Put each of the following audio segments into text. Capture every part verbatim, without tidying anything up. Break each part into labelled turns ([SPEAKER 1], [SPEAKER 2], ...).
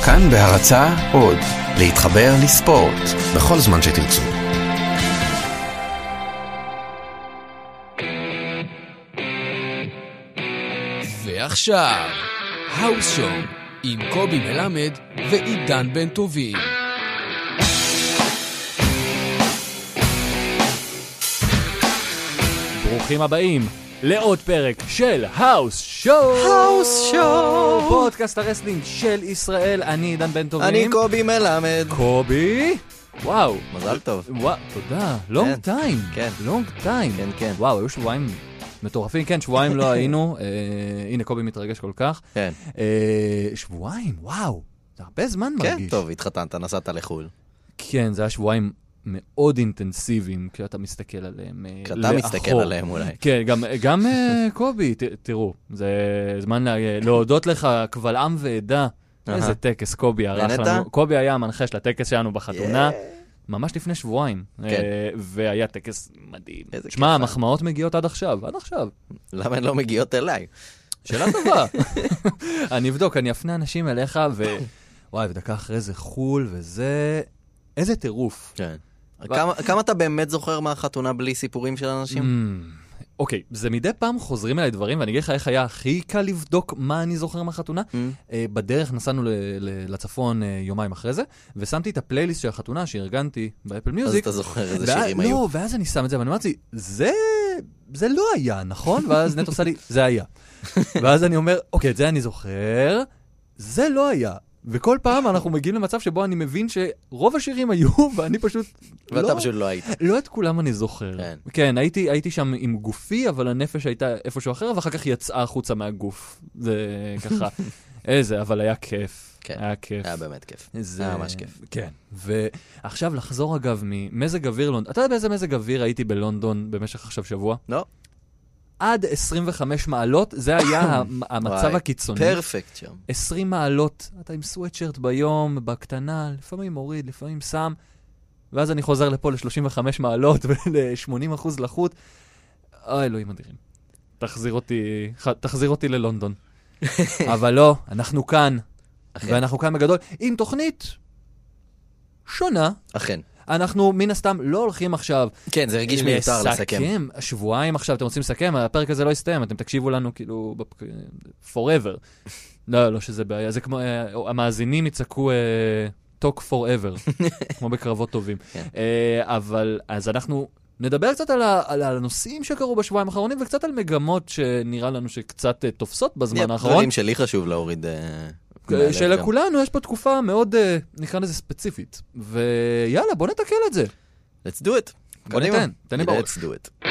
[SPEAKER 1] כאן בהרצאה עוד, להתחבר לספורט, בכל זמן שתרצו.
[SPEAKER 2] ועכשיו, האוס שואו עם קובי מלמד ועידן בן טובים.
[SPEAKER 3] ברוכים הבאים לעוד פרק של האוס שואו.
[SPEAKER 4] האוס שואו.
[SPEAKER 3] פודקאסט הרסלינג של ישראל. אני עידן בן טובים.
[SPEAKER 4] אני קובי מלמד.
[SPEAKER 3] קובי. וואו.
[SPEAKER 4] מזל טוב.
[SPEAKER 3] וואו, תודה. לונג טיים.
[SPEAKER 4] כן.
[SPEAKER 3] לונג טיים.
[SPEAKER 4] כן, כן.
[SPEAKER 3] וואו, היו שבועיים מטורפים. כן, שבועיים לא היינו. אה, הנה, קובי מתרגש כל כך.
[SPEAKER 4] כן.
[SPEAKER 3] אה, שבועיים, וואו. זה הרבה זמן
[SPEAKER 4] כן,
[SPEAKER 3] מרגיש.
[SPEAKER 4] טוב, התחתנת, נסעת לחול.
[SPEAKER 3] כן, זה היה שבועיים מאוד אינטנסיביים, כי אתה מסתכל עליהם לאחור.
[SPEAKER 4] כי אתה מסתכל עליהם אולי.
[SPEAKER 3] כן, גם, גם קובי, ת, תראו, זה זמן לה, להודות לך, קבל עם ועדה, איזה טקס קובי ערך לנו. קובי היה המנחה של הטקס שלנו בחתונה, ממש לפני שבועיים, והיה טקס מדהים. שמע, המחמאות מגיעות עד עכשיו, עד עכשיו.
[SPEAKER 4] למה הן לא מגיעות אליי?
[SPEAKER 3] שאלה טובה. אני אבדוק, אני אפנה אנשים אליך, ווואי, ודקה אחרי זה חול, וזה איזה טירוף.
[SPEAKER 4] כן. כמה, כמה אתה באמת זוכר מהחתונה בלי סיפורים של אנשים?
[SPEAKER 3] Mm, אוקיי, זה מדי פעם חוזרים אליי דברים, ואני אגיד לך איך היה הכי קל לבדוק מה אני זוכר מהחתונה. Mm. Uh, בדרך נסענו ל- ל- לצפון uh, יומיים אחרי זה, ושמתי את הפלייליסט של החתונה שארגנתי באפל מיוזיק.
[SPEAKER 4] אז אתה זוכר איזה
[SPEAKER 3] וה-
[SPEAKER 4] שירים
[SPEAKER 3] לא,
[SPEAKER 4] היו.
[SPEAKER 3] לא, ואז אני שם את זה, ואני אמרתי, זה, זה לא היה, נכון? ואז נטו עושה לי, זה היה. ואז אני אומר, אוקיי, את זה אני זוכר, זה לא היה. וכל פעם אנחנו מגיעים למצב שבו אני מבין שרוב השירים היו, ואני פשוט
[SPEAKER 4] ואתה
[SPEAKER 3] לא,
[SPEAKER 4] פשוט לא היית.
[SPEAKER 3] לא את כולם אני זוכר.
[SPEAKER 4] כן,
[SPEAKER 3] כן הייתי, הייתי שם עם גופי, אבל הנפש הייתה איפשהו אחר, ואחר כך יצאה החוצה מהגוף. זה ככה, איזה, אבל היה כיף.
[SPEAKER 4] כן,
[SPEAKER 3] היה כיף.
[SPEAKER 4] היה באמת כיף.
[SPEAKER 3] זה...
[SPEAKER 4] היה ממש כיף.
[SPEAKER 3] כן. ועכשיו לחזור אגב ממזג אוויר לונדון. אתה יודע באיזה מזג אוויר הייתי בלונדון במשך עכשיו שבוע?
[SPEAKER 4] לא.
[SPEAKER 3] עד עשרים וחמש מעלות, זה היה המצב הקיצוני.
[SPEAKER 4] פרפקט שם.
[SPEAKER 3] עשרים מעלות, אתה עם סוויטשרט ביום, בקטנה, לפעמים מוריד, לפעמים שם, ואז אני חוזר לפה ל-שלושים וחמש מעלות ול-שמונים אחוז לחות. אוי, אלוהים אדירים. תחזיר אותי, תחזיר אותי ללונדון. אבל לא, אנחנו כאן, ואנחנו כאן בגדול, עם תוכנית שונה.
[SPEAKER 4] אכן.
[SPEAKER 3] אנחנו מן הסתם לא הולכים עכשיו
[SPEAKER 4] כן, זה הרגיש מיותר לסכם.
[SPEAKER 3] לסכם, שבועיים עכשיו אתם רוצים לסכם, הפרק הזה לא יסתיים, אתם תקשיבו לנו כאילו forever. לא, לא שזה בעיה, זה כמו, המאזינים יצעקו talk forever, כמו בקרבות טובים. אבל אז אנחנו נדבר קצת על הנושאים שקרו בשבועיים האחרונים, וקצת על מגמות שנראה לנו שקצת תופסות בזמן האחרון.
[SPEAKER 4] דברים שלי חשוב להוריד...
[SPEAKER 3] שלכולנו יש פה תקופה מאוד, נקרא לזה ספציפית. ויאללה, בוא נתקל את זה.
[SPEAKER 4] Let's do it.
[SPEAKER 3] בוא ניתן, תן לי בראש.
[SPEAKER 4] Let's do it.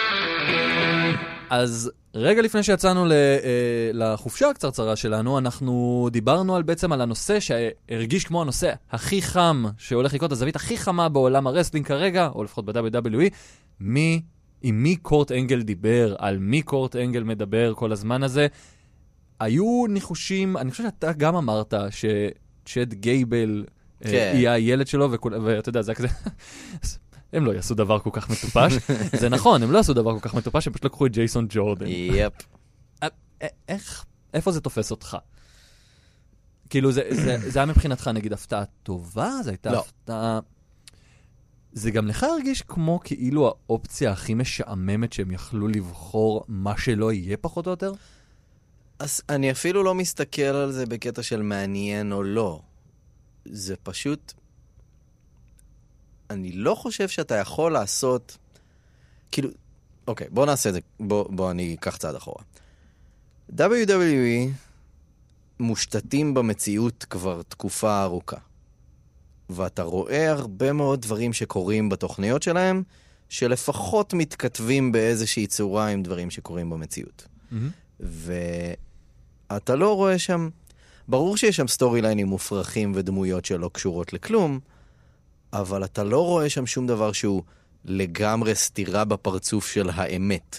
[SPEAKER 3] אז רגע לפני שיצאנו לחופשה הקצרצרה שלנו, אנחנו דיברנו על בעצם על הנושא שהרגיש כמו הנושא הכי חם שהולך לקרות, הזווית הכי חמה בעולם הרסלינג כרגע, או לפחות ב-דאבליו דאבליו אי, מי, עם מי קורט אנגל דיבר, על מי קורט אנגל מדבר כל הזמן הזה. היו ניחושים, אני חושב שאתה גם אמרת שצ'אד גייבל יהיה הילד שלו, ואתה יודע, זה כזה, הם לא יעשו דבר כל כך מטופש. זה נכון, הם לא יעשו דבר כל כך מטופש, הם פשוט לקחו את ג'ייסון ג'ורדן.
[SPEAKER 4] יפ.
[SPEAKER 3] איך, איפה זה תופס אותך? כאילו, זה היה מבחינתך, נגיד, הפתעה טובה? זה הייתה הפתעה... זה גם לך הרגיש כמו כאילו האופציה הכי משעממת שהם יכלו לבחור מה שלא יהיה פחות או יותר?
[SPEAKER 4] אז אני אפילו לא מסתכל על זה בקטע של מעניין או לא. זה פשוט... אני לא חושב שאתה יכול לעשות... כאילו... אוקיי, בוא נעשה את זה. בוא, בוא אני אקח צעד אחורה. דאבליו דאבליו אי מושתתים במציאות כבר תקופה ארוכה. ואתה רואה הרבה מאוד דברים שקורים בתוכניות שלהם, שלפחות מתכתבים באיזושהי צורה עם דברים שקורים במציאות. Mm-hmm. ואתה לא רואה שם... ברור שיש שם סטורי ליינים מופרכים ודמויות שלא קשורות לכלום, אבל אתה לא רואה שם שום דבר שהוא לגמרי סתירה בפרצוף של האמת.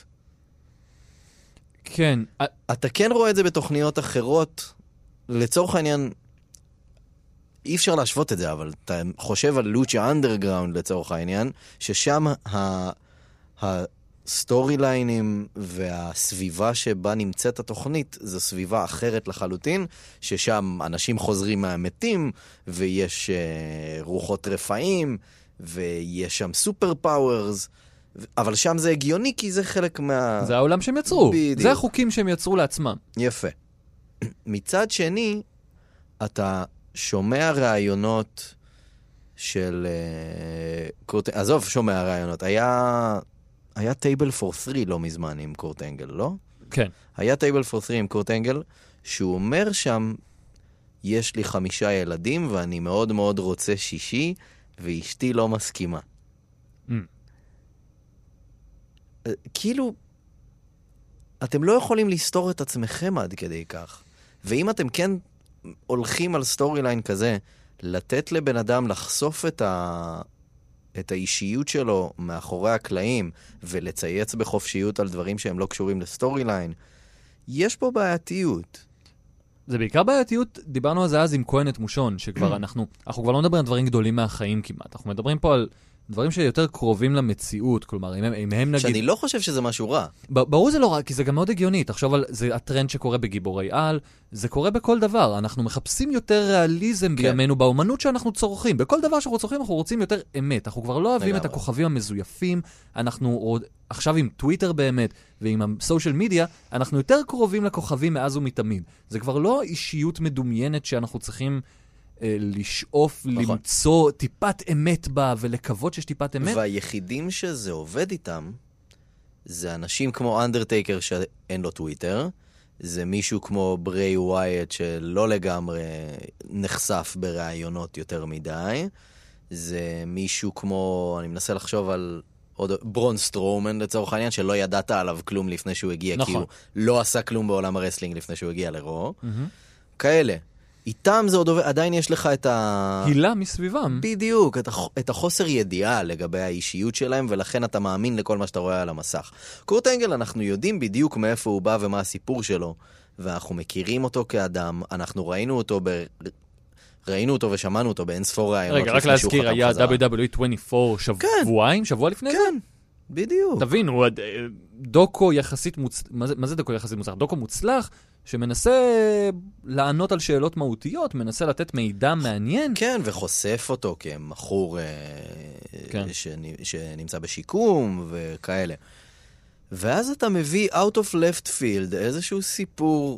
[SPEAKER 3] כן.
[SPEAKER 4] אתה כן רואה את זה בתוכניות אחרות, לצורך העניין, אי אפשר להשוות את זה, אבל אתה חושב על לוצ'ה אנדרגראונד לצורך העניין, ששם ה... הסטורי ליינים והסביבה שבה נמצאת התוכנית, זו סביבה אחרת לחלוטין, ששם אנשים חוזרים מהמתים, ויש uh, רוחות רפאים, ויש שם סופר פאוורס, אבל שם זה הגיוני, כי זה חלק מה...
[SPEAKER 3] זה העולם שהם יצרו.
[SPEAKER 4] בדיוק.
[SPEAKER 3] זה החוקים שהם יצרו לעצמם.
[SPEAKER 4] יפה. מצד שני, אתה שומע רעיונות של... Uh, קורט... עזוב, שומע רעיונות. היה... היה טייבל פור תרי לא מזמן עם קורט אנגל, לא?
[SPEAKER 3] כן.
[SPEAKER 4] היה טייבל פור תרי עם קורט אנגל, שהוא אומר שם, יש לי חמישה ילדים, ואני מאוד מאוד רוצה שישי, ואשתי לא מסכימה.
[SPEAKER 3] Mm.
[SPEAKER 4] כאילו, אתם לא יכולים לסתור את עצמכם עד כדי כך. ואם אתם כן הולכים על סטורי ליין כזה, לתת לבן אדם לחשוף את ה... את האישיות שלו מאחורי הקלעים, ולצייץ בחופשיות על דברים שהם לא קשורים לסטורי ליין, יש פה בעייתיות.
[SPEAKER 3] זה בעיקר בעייתיות, דיברנו על זה אז עם כהן את מושון, שכבר אנחנו, אנחנו כבר לא מדברים על דברים גדולים מהחיים כמעט, אנחנו מדברים פה על דברים שיותר קרובים למציאות, כלומר, אם הם, אם הם נגיד...
[SPEAKER 4] שאני לא חושב שזה משהו רע.
[SPEAKER 3] ברור זה לא רע, כי זה גם מאוד הגיוני, תחשוב על זה הטרנד שקורה בגיבורי על, זה קורה בכל דבר, אנחנו מחפשים יותר ריאליזם כן. בימינו באומנות שאנחנו צורכים, בכל דבר שאנחנו צורכים אנחנו רוצים יותר אמת, אנחנו כבר לא אוהבים את הכוכבים המזויפים, אנחנו עוד, עכשיו עם טוויטר באמת, ועם הסושיאל מדיה, אנחנו יותר קרובים לכוכבים מאז ומתמיד, זה כבר לא אישיות מדומיינת שאנחנו צריכים... לשאוף, נכון. למצוא טיפת אמת בה ולקוות שיש טיפת אמת.
[SPEAKER 4] והיחידים שזה עובד איתם, זה אנשים כמו אנדרטייקר שאין לו טוויטר, זה מישהו כמו ברי ווייט שלא לגמרי נחשף בראיונות יותר מדי, זה מישהו כמו, אני מנסה לחשוב על עוד ברון סטרומן לצורך העניין, שלא ידעת עליו כלום לפני שהוא הגיע, נכון. כי הוא לא עשה כלום בעולם הרסלינג לפני שהוא הגיע לרו. Mm-hmm. כאלה. איתם זה עוד עובד, עדיין יש לך את ה...
[SPEAKER 3] הילה מסביבם.
[SPEAKER 4] בדיוק, את, הח... את החוסר ידיעה לגבי האישיות שלהם, ולכן אתה מאמין לכל מה שאתה רואה על המסך. קורט אנגל, אנחנו יודעים בדיוק מאיפה הוא בא ומה הסיפור שלו, ואנחנו מכירים אותו כאדם, אנחנו ראינו אותו ב... ראינו אותו ושמענו אותו באין ספור רעיונות.
[SPEAKER 3] רגע, רק להזכיר, היה דאבליו דאבליו אי עשרים וארבע שבועיים, כן. שבוע לפני
[SPEAKER 4] כן.
[SPEAKER 3] זה?
[SPEAKER 4] כן, בדיוק.
[SPEAKER 3] תבינו, דוקו יחסית מוצלח, מה זה, מה זה דוקו יחסית מוצלח? דוקו מוצלח, שמנסה לענות על שאלות מהותיות, מנסה לתת מידע מעניין.
[SPEAKER 4] כן, וחושף אותו כמחור כן. שנמצא בשיקום וכאלה. ואז אתה מביא out of left field איזשהו סיפור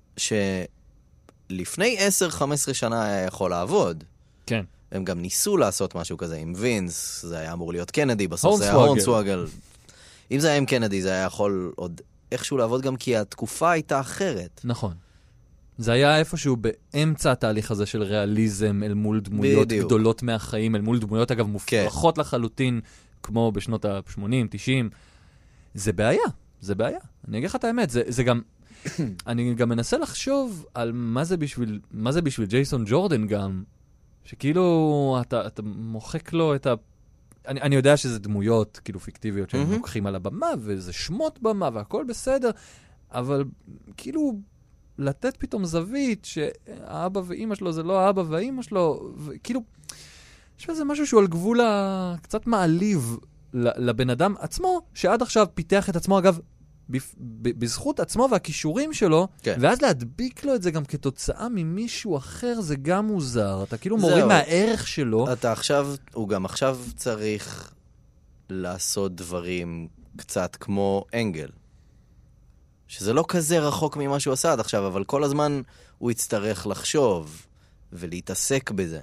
[SPEAKER 4] שלפני עשר חמש עשרה שנה היה יכול לעבוד.
[SPEAKER 3] כן.
[SPEAKER 4] הם גם ניסו לעשות משהו כזה עם וינס, זה היה אמור להיות קנדי, בסוף זה היה הורנסוואגל. אם זה היה עם קנדי, זה היה יכול עוד איכשהו לעבוד גם כי התקופה הייתה אחרת.
[SPEAKER 3] נכון. זה היה איפשהו באמצע התהליך הזה של ריאליזם אל מול דמויות בדיוק. גדולות מהחיים, אל מול דמויות אגב מופרכות כן. לחלוטין, כמו בשנות ה-שמונים, תשעים. זה בעיה, זה בעיה. אני אגיד לך את האמת, זה, זה גם... אני גם מנסה לחשוב על מה זה בשביל, מה זה בשביל ג'ייסון ג'ורדן גם, שכאילו אתה, אתה מוחק לו את ה... אני, אני יודע שזה דמויות כאילו פיקטיביות שהם mm-hmm. לוקחים על הבמה, וזה שמות במה, והכל בסדר, אבל כאילו לתת פתאום זווית שהאבא ואמא שלו זה לא האבא והאמא שלו, וכאילו, יש בזה משהו שהוא על גבול קצת מעליב לבן אדם עצמו, שעד עכשיו פיתח את עצמו, אגב, בזכות עצמו והכישורים שלו, כן. ואז להדביק לו את זה גם כתוצאה ממישהו אחר, זה גם מוזר. אתה כאילו מוריד מהערך שלו.
[SPEAKER 4] אתה עכשיו, הוא גם עכשיו צריך לעשות דברים קצת כמו אנגל. שזה לא כזה רחוק ממה שהוא עשה עד עכשיו, אבל כל הזמן הוא יצטרך לחשוב ולהתעסק בזה.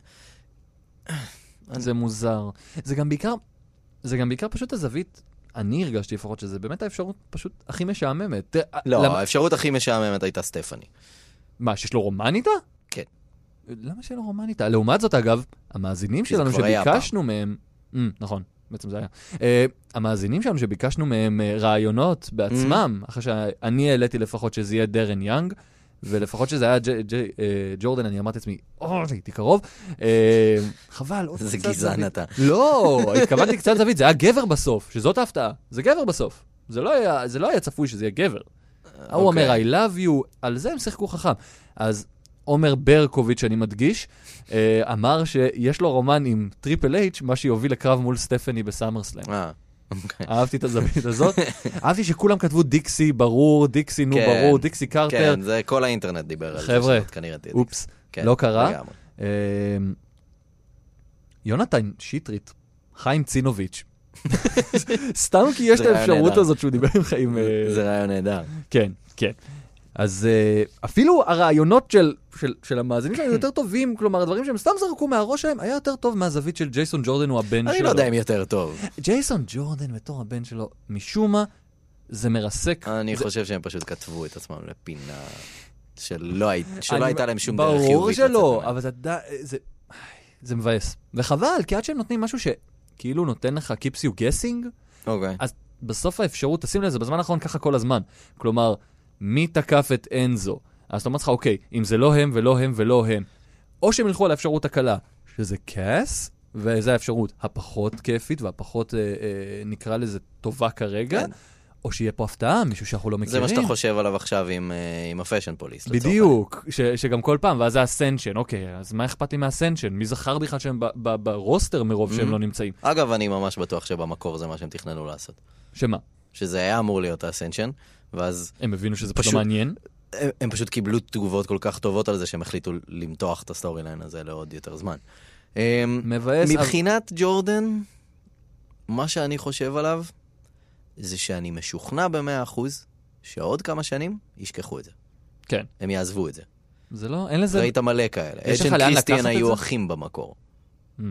[SPEAKER 3] זה מוזר. זה גם בעיקר, זה גם בעיקר פשוט הזווית, אני הרגשתי לפחות שזה באמת האפשרות פשוט הכי משעממת.
[SPEAKER 4] לא, למ... האפשרות הכי משעממת הייתה סטפני.
[SPEAKER 3] מה, שיש לו רומן-איתה?
[SPEAKER 4] כן.
[SPEAKER 3] למה שיש לו רומן-איתה? לעומת זאת, אגב, המאזינים שלנו שביקשנו מהם... Mm, נכון, בעצם זה היה. Uh, המאזינים שלנו שביקשנו מהם uh, רעיונות בעצמם, mm. אחרי שאני העליתי לפחות שזה יהיה דרן יאנג, ולפחות שזה היה ג'י, ג'י, אה, ג'ורדן, אני אמרתי לעצמי, אוי, הייתי קרוב. אה, חבל, עוד
[SPEAKER 4] זה גזען אתה.
[SPEAKER 3] לא, התכוונתי קצת זווית, זה היה גבר בסוף, שזאת ההפתעה. זה גבר בסוף. זה לא היה, זה לא היה צפוי שזה יהיה גבר. Okay. הוא אומר, I love you, על זה הם שיחקו חכם. אז עומר ברקוביץ', אני מדגיש, אה, אמר שיש לו רומן עם טריפל אייץ', מה שיוביל לקרב מול סטפני בסאמרסלאם.
[SPEAKER 4] אה.
[SPEAKER 3] אהבתי את הזווית הזאת. אהבתי שכולם כתבו דיקסי, ברור, דיקסי, נו ברור, דיקסי קרטר.
[SPEAKER 4] כן, זה כל האינטרנט דיבר על זה.
[SPEAKER 3] חבר'ה,
[SPEAKER 4] כנראה תהיה
[SPEAKER 3] אופס,
[SPEAKER 4] כן,
[SPEAKER 3] לא קרה.
[SPEAKER 4] לגמרי.
[SPEAKER 3] אה, יונתן שטרית, חיים צינוביץ'. סתם כי יש את
[SPEAKER 4] זה רעיון
[SPEAKER 3] האפשרות
[SPEAKER 4] נהדר.
[SPEAKER 3] הזאת שהוא דיבר עם חיים... אה,
[SPEAKER 4] זה רעיון נהדר.
[SPEAKER 3] כן, כן. אז uh, אפילו הרעיונות של, של, של המאזינים שלנו יותר טובים, כלומר, הדברים שהם סתם זרקו מהראש שלהם, היה יותר טוב מהזווית של ג'ייסון ג'ורדן הוא הבן שלו.
[SPEAKER 4] אני לא יודע אם יותר טוב.
[SPEAKER 3] ג'ייסון ג'ורדן בתור הבן שלו, משום מה, זה מרסק.
[SPEAKER 4] אני
[SPEAKER 3] זה...
[SPEAKER 4] חושב שהם פשוט כתבו את עצמם לפינה שלא, הי... שלא
[SPEAKER 3] אני...
[SPEAKER 4] הייתה להם שום דרך חיובית.
[SPEAKER 3] ברור שלא,
[SPEAKER 4] לצאת
[SPEAKER 3] אבל זה, זה, זה מבאס. וחבל, כי עד שהם נותנים משהו שכאילו נותן לך keeps you guessing,
[SPEAKER 4] אוקיי.
[SPEAKER 3] אז בסוף האפשרות, תשים לזה, בזמן האחרון ככה כל הזמן. כלומר, מי תקף את אנזו? אז אתה אומר לך, אוקיי, אם זה לא הם ולא הם ולא הם, או שהם ילכו על האפשרות הקלה, שזה קאס, וזו האפשרות הפחות כיפית והפחות, אה, אה, נקרא לזה, טובה כרגע,
[SPEAKER 4] כן.
[SPEAKER 3] או שיהיה פה הפתעה, מישהו שאנחנו לא מכירים.
[SPEAKER 4] זה מה שאתה חושב עליו עכשיו עם, אה, עם הפשן פוליס.
[SPEAKER 3] בדיוק, ש, שגם כל פעם, ואז זה אסנשן, אוקיי, אז מה אכפת לי מהאסנשן? מי זכר בכלל שהם ב, ב, ברוסטר מרוב שהם
[SPEAKER 4] Mm-hmm.
[SPEAKER 3] לא נמצאים?
[SPEAKER 4] אגב, אני ממש בטוח שבמקור זה מה שהם תכננו לעשות.
[SPEAKER 3] שמה?
[SPEAKER 4] שזה היה אמור להיות האסנשן, ואז
[SPEAKER 3] הם הבינו שזה פשוט
[SPEAKER 4] פשוט-
[SPEAKER 3] לא מעניין?
[SPEAKER 4] הם, הם פשוט קיבלו תגובות כל כך טובות על זה שהם החליטו למתוח את הסטורי ליין הזה לעוד יותר זמן. אמ,
[SPEAKER 3] מבאס.
[SPEAKER 4] מבחינת ג'ורדן, מה שאני חושב עליו, זה שאני משוכנע במאה אחוז שעוד כמה שנים ישכחו את זה.
[SPEAKER 3] כן.
[SPEAKER 4] הם יעזבו את זה.
[SPEAKER 3] זה לא, אין לזה...
[SPEAKER 4] ראית מלא כאלה.
[SPEAKER 3] יש לך
[SPEAKER 4] אג'נט
[SPEAKER 3] לאן
[SPEAKER 4] קריסטיאן
[SPEAKER 3] לקחת את
[SPEAKER 4] היו
[SPEAKER 3] זה?
[SPEAKER 4] אחים במקור.
[SPEAKER 3] Mm.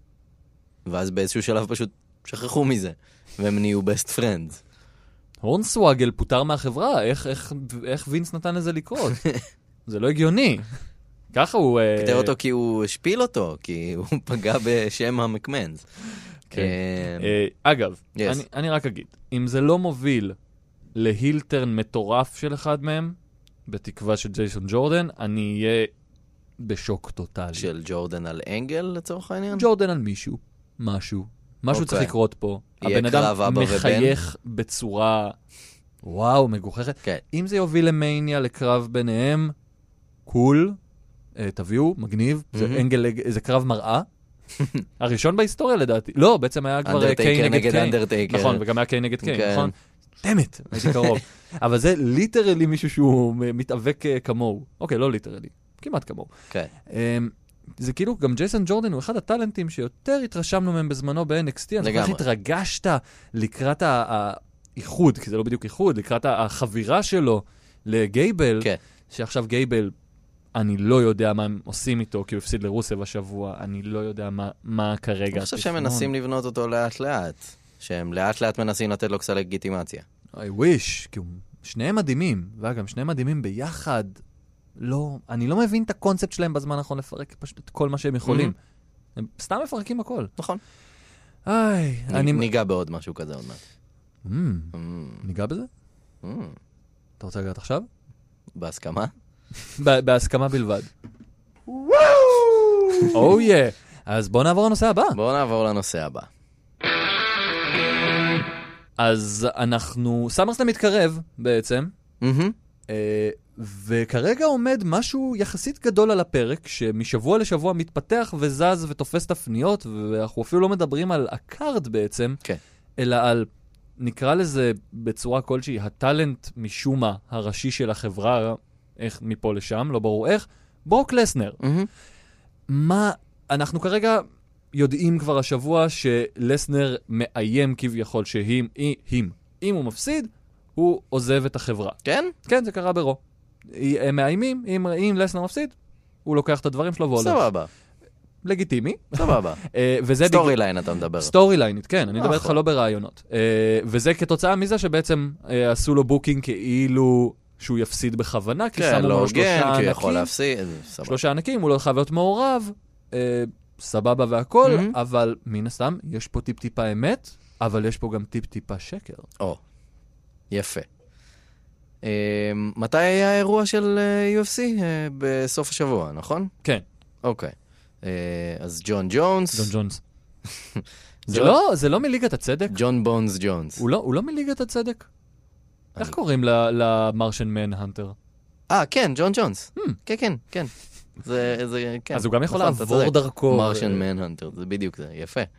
[SPEAKER 4] ואז באיזשהו שלב פשוט שכחו מזה. והם נהיו best friends.
[SPEAKER 3] הורנסוואגל פוטר מהחברה, איך, איך, איך וינס נתן לזה לקרות? זה לא הגיוני. ככה הוא... אה,
[SPEAKER 4] פיטר אותו כי הוא השפיל אותו, כי הוא פגע בשם המקמנס.
[SPEAKER 3] כן.
[SPEAKER 4] אה,
[SPEAKER 3] אה, אגב,
[SPEAKER 4] Yes.
[SPEAKER 3] אני, אני רק אגיד, אם זה לא מוביל להילטרן מטורף של אחד מהם, בתקווה של ג'ייסון ג'ורדן, אני אהיה בשוק טוטלי.
[SPEAKER 4] של ג'ורדן על אנגל לצורך העניין?
[SPEAKER 3] ג'ורדן על מישהו, משהו. משהו
[SPEAKER 4] אוקיי.
[SPEAKER 3] צריך לקרות פה.
[SPEAKER 4] יהיה
[SPEAKER 3] הבן
[SPEAKER 4] קרב
[SPEAKER 3] אדם
[SPEAKER 4] אבא ובן?
[SPEAKER 3] מחייך בצורה, וואו, מגוחכת.
[SPEAKER 4] כן.
[SPEAKER 3] אם זה יוביל למאניה לקרב ביניהם, קול, אה, תביאו, מגניב, זה
[SPEAKER 4] מהמם.
[SPEAKER 3] אנגל, זה קרב מראה. הראשון בהיסטוריה לדעתי. לא, בעצם היה כבר אה, קיין
[SPEAKER 4] אנדרטייקר
[SPEAKER 3] נגד
[SPEAKER 4] נגד
[SPEAKER 3] קיין.
[SPEAKER 4] אנדרטייקר.
[SPEAKER 3] נכון, וגם היה קיין נגד קיין,
[SPEAKER 4] כן.
[SPEAKER 3] נכון? דמת, הייתי קרוב. אבל זה ליטרלי מישהו שהוא מתאבק אה, כמוהו. אוקיי, לא ליטרלי, כמעט כמוהו.
[SPEAKER 4] כן.
[SPEAKER 3] אמ, זה כאילו, גם ג'ייסון ג'ורדן הוא אחד הטלנטים שיותר התרשמנו מהם בזמנו ב-אן אקס טי. אני חושב
[SPEAKER 4] לגמרי.
[SPEAKER 3] איך התרגשת לקראת ה- האיחוד, כי זה לא בדיוק איחוד, לקראת ה- החבירה שלו לגייבל,
[SPEAKER 4] כן.
[SPEAKER 3] שעכשיו גייבל, אני לא יודע מה הם עושים איתו, כי הוא הפסיד לרוסיה בשבוע, אני לא יודע מה, מה כרגע.
[SPEAKER 4] אני חושב שהם
[SPEAKER 3] התכנון.
[SPEAKER 4] מנסים לבנות אותו לאט לאט. שהם לאט לאט מנסים לתת לו קצת לגיטימציה.
[SPEAKER 3] I wish, כי הוא- שניהם מדהימים, ואגב, שניהם מדהימים ביחד. לא, אני לא מבין את הקונספט שלהם בזמן האחרון לפרק פשוט את כל מה שהם יכולים. הם סתם מפרקים הכל.
[SPEAKER 4] נכון.
[SPEAKER 3] איי, אני...
[SPEAKER 4] ניגע בעוד משהו כזה עוד מעט.
[SPEAKER 3] Mm,
[SPEAKER 4] Mm,
[SPEAKER 3] ניגע בזה?
[SPEAKER 4] mm.
[SPEAKER 3] אתה רוצה לגעת עכשיו?
[SPEAKER 4] בהסכמה?
[SPEAKER 3] ב- בהסכמה בלבד. או יא. אז בואו נעבור לנושא הבא.
[SPEAKER 4] בואו נעבור לנושא הבא.
[SPEAKER 3] אז אנחנו... סמרסלאם מתקרב בעצם,
[SPEAKER 4] מהמם.
[SPEAKER 3] אה, וכרגע עומד משהו יחסית גדול על הפרק, שמשבוע לשבוע מתפתח וזז ותופס תפניות, ואנחנו אפילו לא מדברים על הקארד בעצם,
[SPEAKER 4] כן.
[SPEAKER 3] אלא על, נקרא לזה בצורה כלשהי, הטלנט משום מה הראשי של החברה, איך מפה לשם, לא ברור איך, ברוק לסנר.
[SPEAKER 4] מהמם.
[SPEAKER 3] מה, אנחנו כרגע יודעים כבר השבוע שלסנר מאיים כביכול שאם, אם, אם הוא מפסיד, הוא עוזב את החברה.
[SPEAKER 4] כן?
[SPEAKER 3] כן, זה קרה ברו. הם מאיימים, אם, אם לסנר מפסיד, הוא לוקח את הדברים שלו והולך.
[SPEAKER 4] סבבה.
[SPEAKER 3] לגיטימי.
[SPEAKER 4] סבבה.
[SPEAKER 3] אה, וזה
[SPEAKER 4] סטורי ליין אתה מדבר.
[SPEAKER 3] סטורי ליינית, כן, אני מדבר איתך
[SPEAKER 4] נכון.
[SPEAKER 3] לא ברעיונות. אה, וזה כתוצאה מזה שבעצם אה, עשו לו בוקינג כאילו שהוא יפסיד בכוונה, כי
[SPEAKER 4] כן,
[SPEAKER 3] שמו
[SPEAKER 4] לא
[SPEAKER 3] לו
[SPEAKER 4] הוגן,
[SPEAKER 3] שלושה
[SPEAKER 4] כי הוא יכול
[SPEAKER 3] ענקים.
[SPEAKER 4] להפסיד. סבבה.
[SPEAKER 3] שלושה ענקים, הוא לא חייב להיות מעורב, אה, סבבה והכל,
[SPEAKER 4] מהמם.
[SPEAKER 3] אבל מן הסתם, יש פה טיפ-טיפה אמת, אבל יש פה גם טיפ-טיפה שקר.
[SPEAKER 4] או, יפה. אה, מתי היה האירוע של אה, יו אף סי? אה, בסוף השבוע, נכון?
[SPEAKER 3] כן,
[SPEAKER 4] אוקיי. אה, אז ג'ון ג'ונס.
[SPEAKER 3] ג'ון ג'ונס. זה
[SPEAKER 4] ג'ון-
[SPEAKER 3] לא, זה לא מליגת הצדק?
[SPEAKER 4] ג'ון בונס ג'ונס.
[SPEAKER 3] הוא לא, הוא לא מליגת הצדק? איך
[SPEAKER 4] אני-
[SPEAKER 3] קוראים ל- למרשן מן הנטר?
[SPEAKER 4] אה, כן, ג'ון ג'ונס.
[SPEAKER 3] Hmm.
[SPEAKER 4] כן, כן, כן. זה, זה, כן.
[SPEAKER 3] אז הוא גם יכול
[SPEAKER 4] נכון, אתה
[SPEAKER 3] לעבור
[SPEAKER 4] צודק.
[SPEAKER 3] דרכו.
[SPEAKER 4] מרשן מנהנטר, זה בדיוק זה, יפה.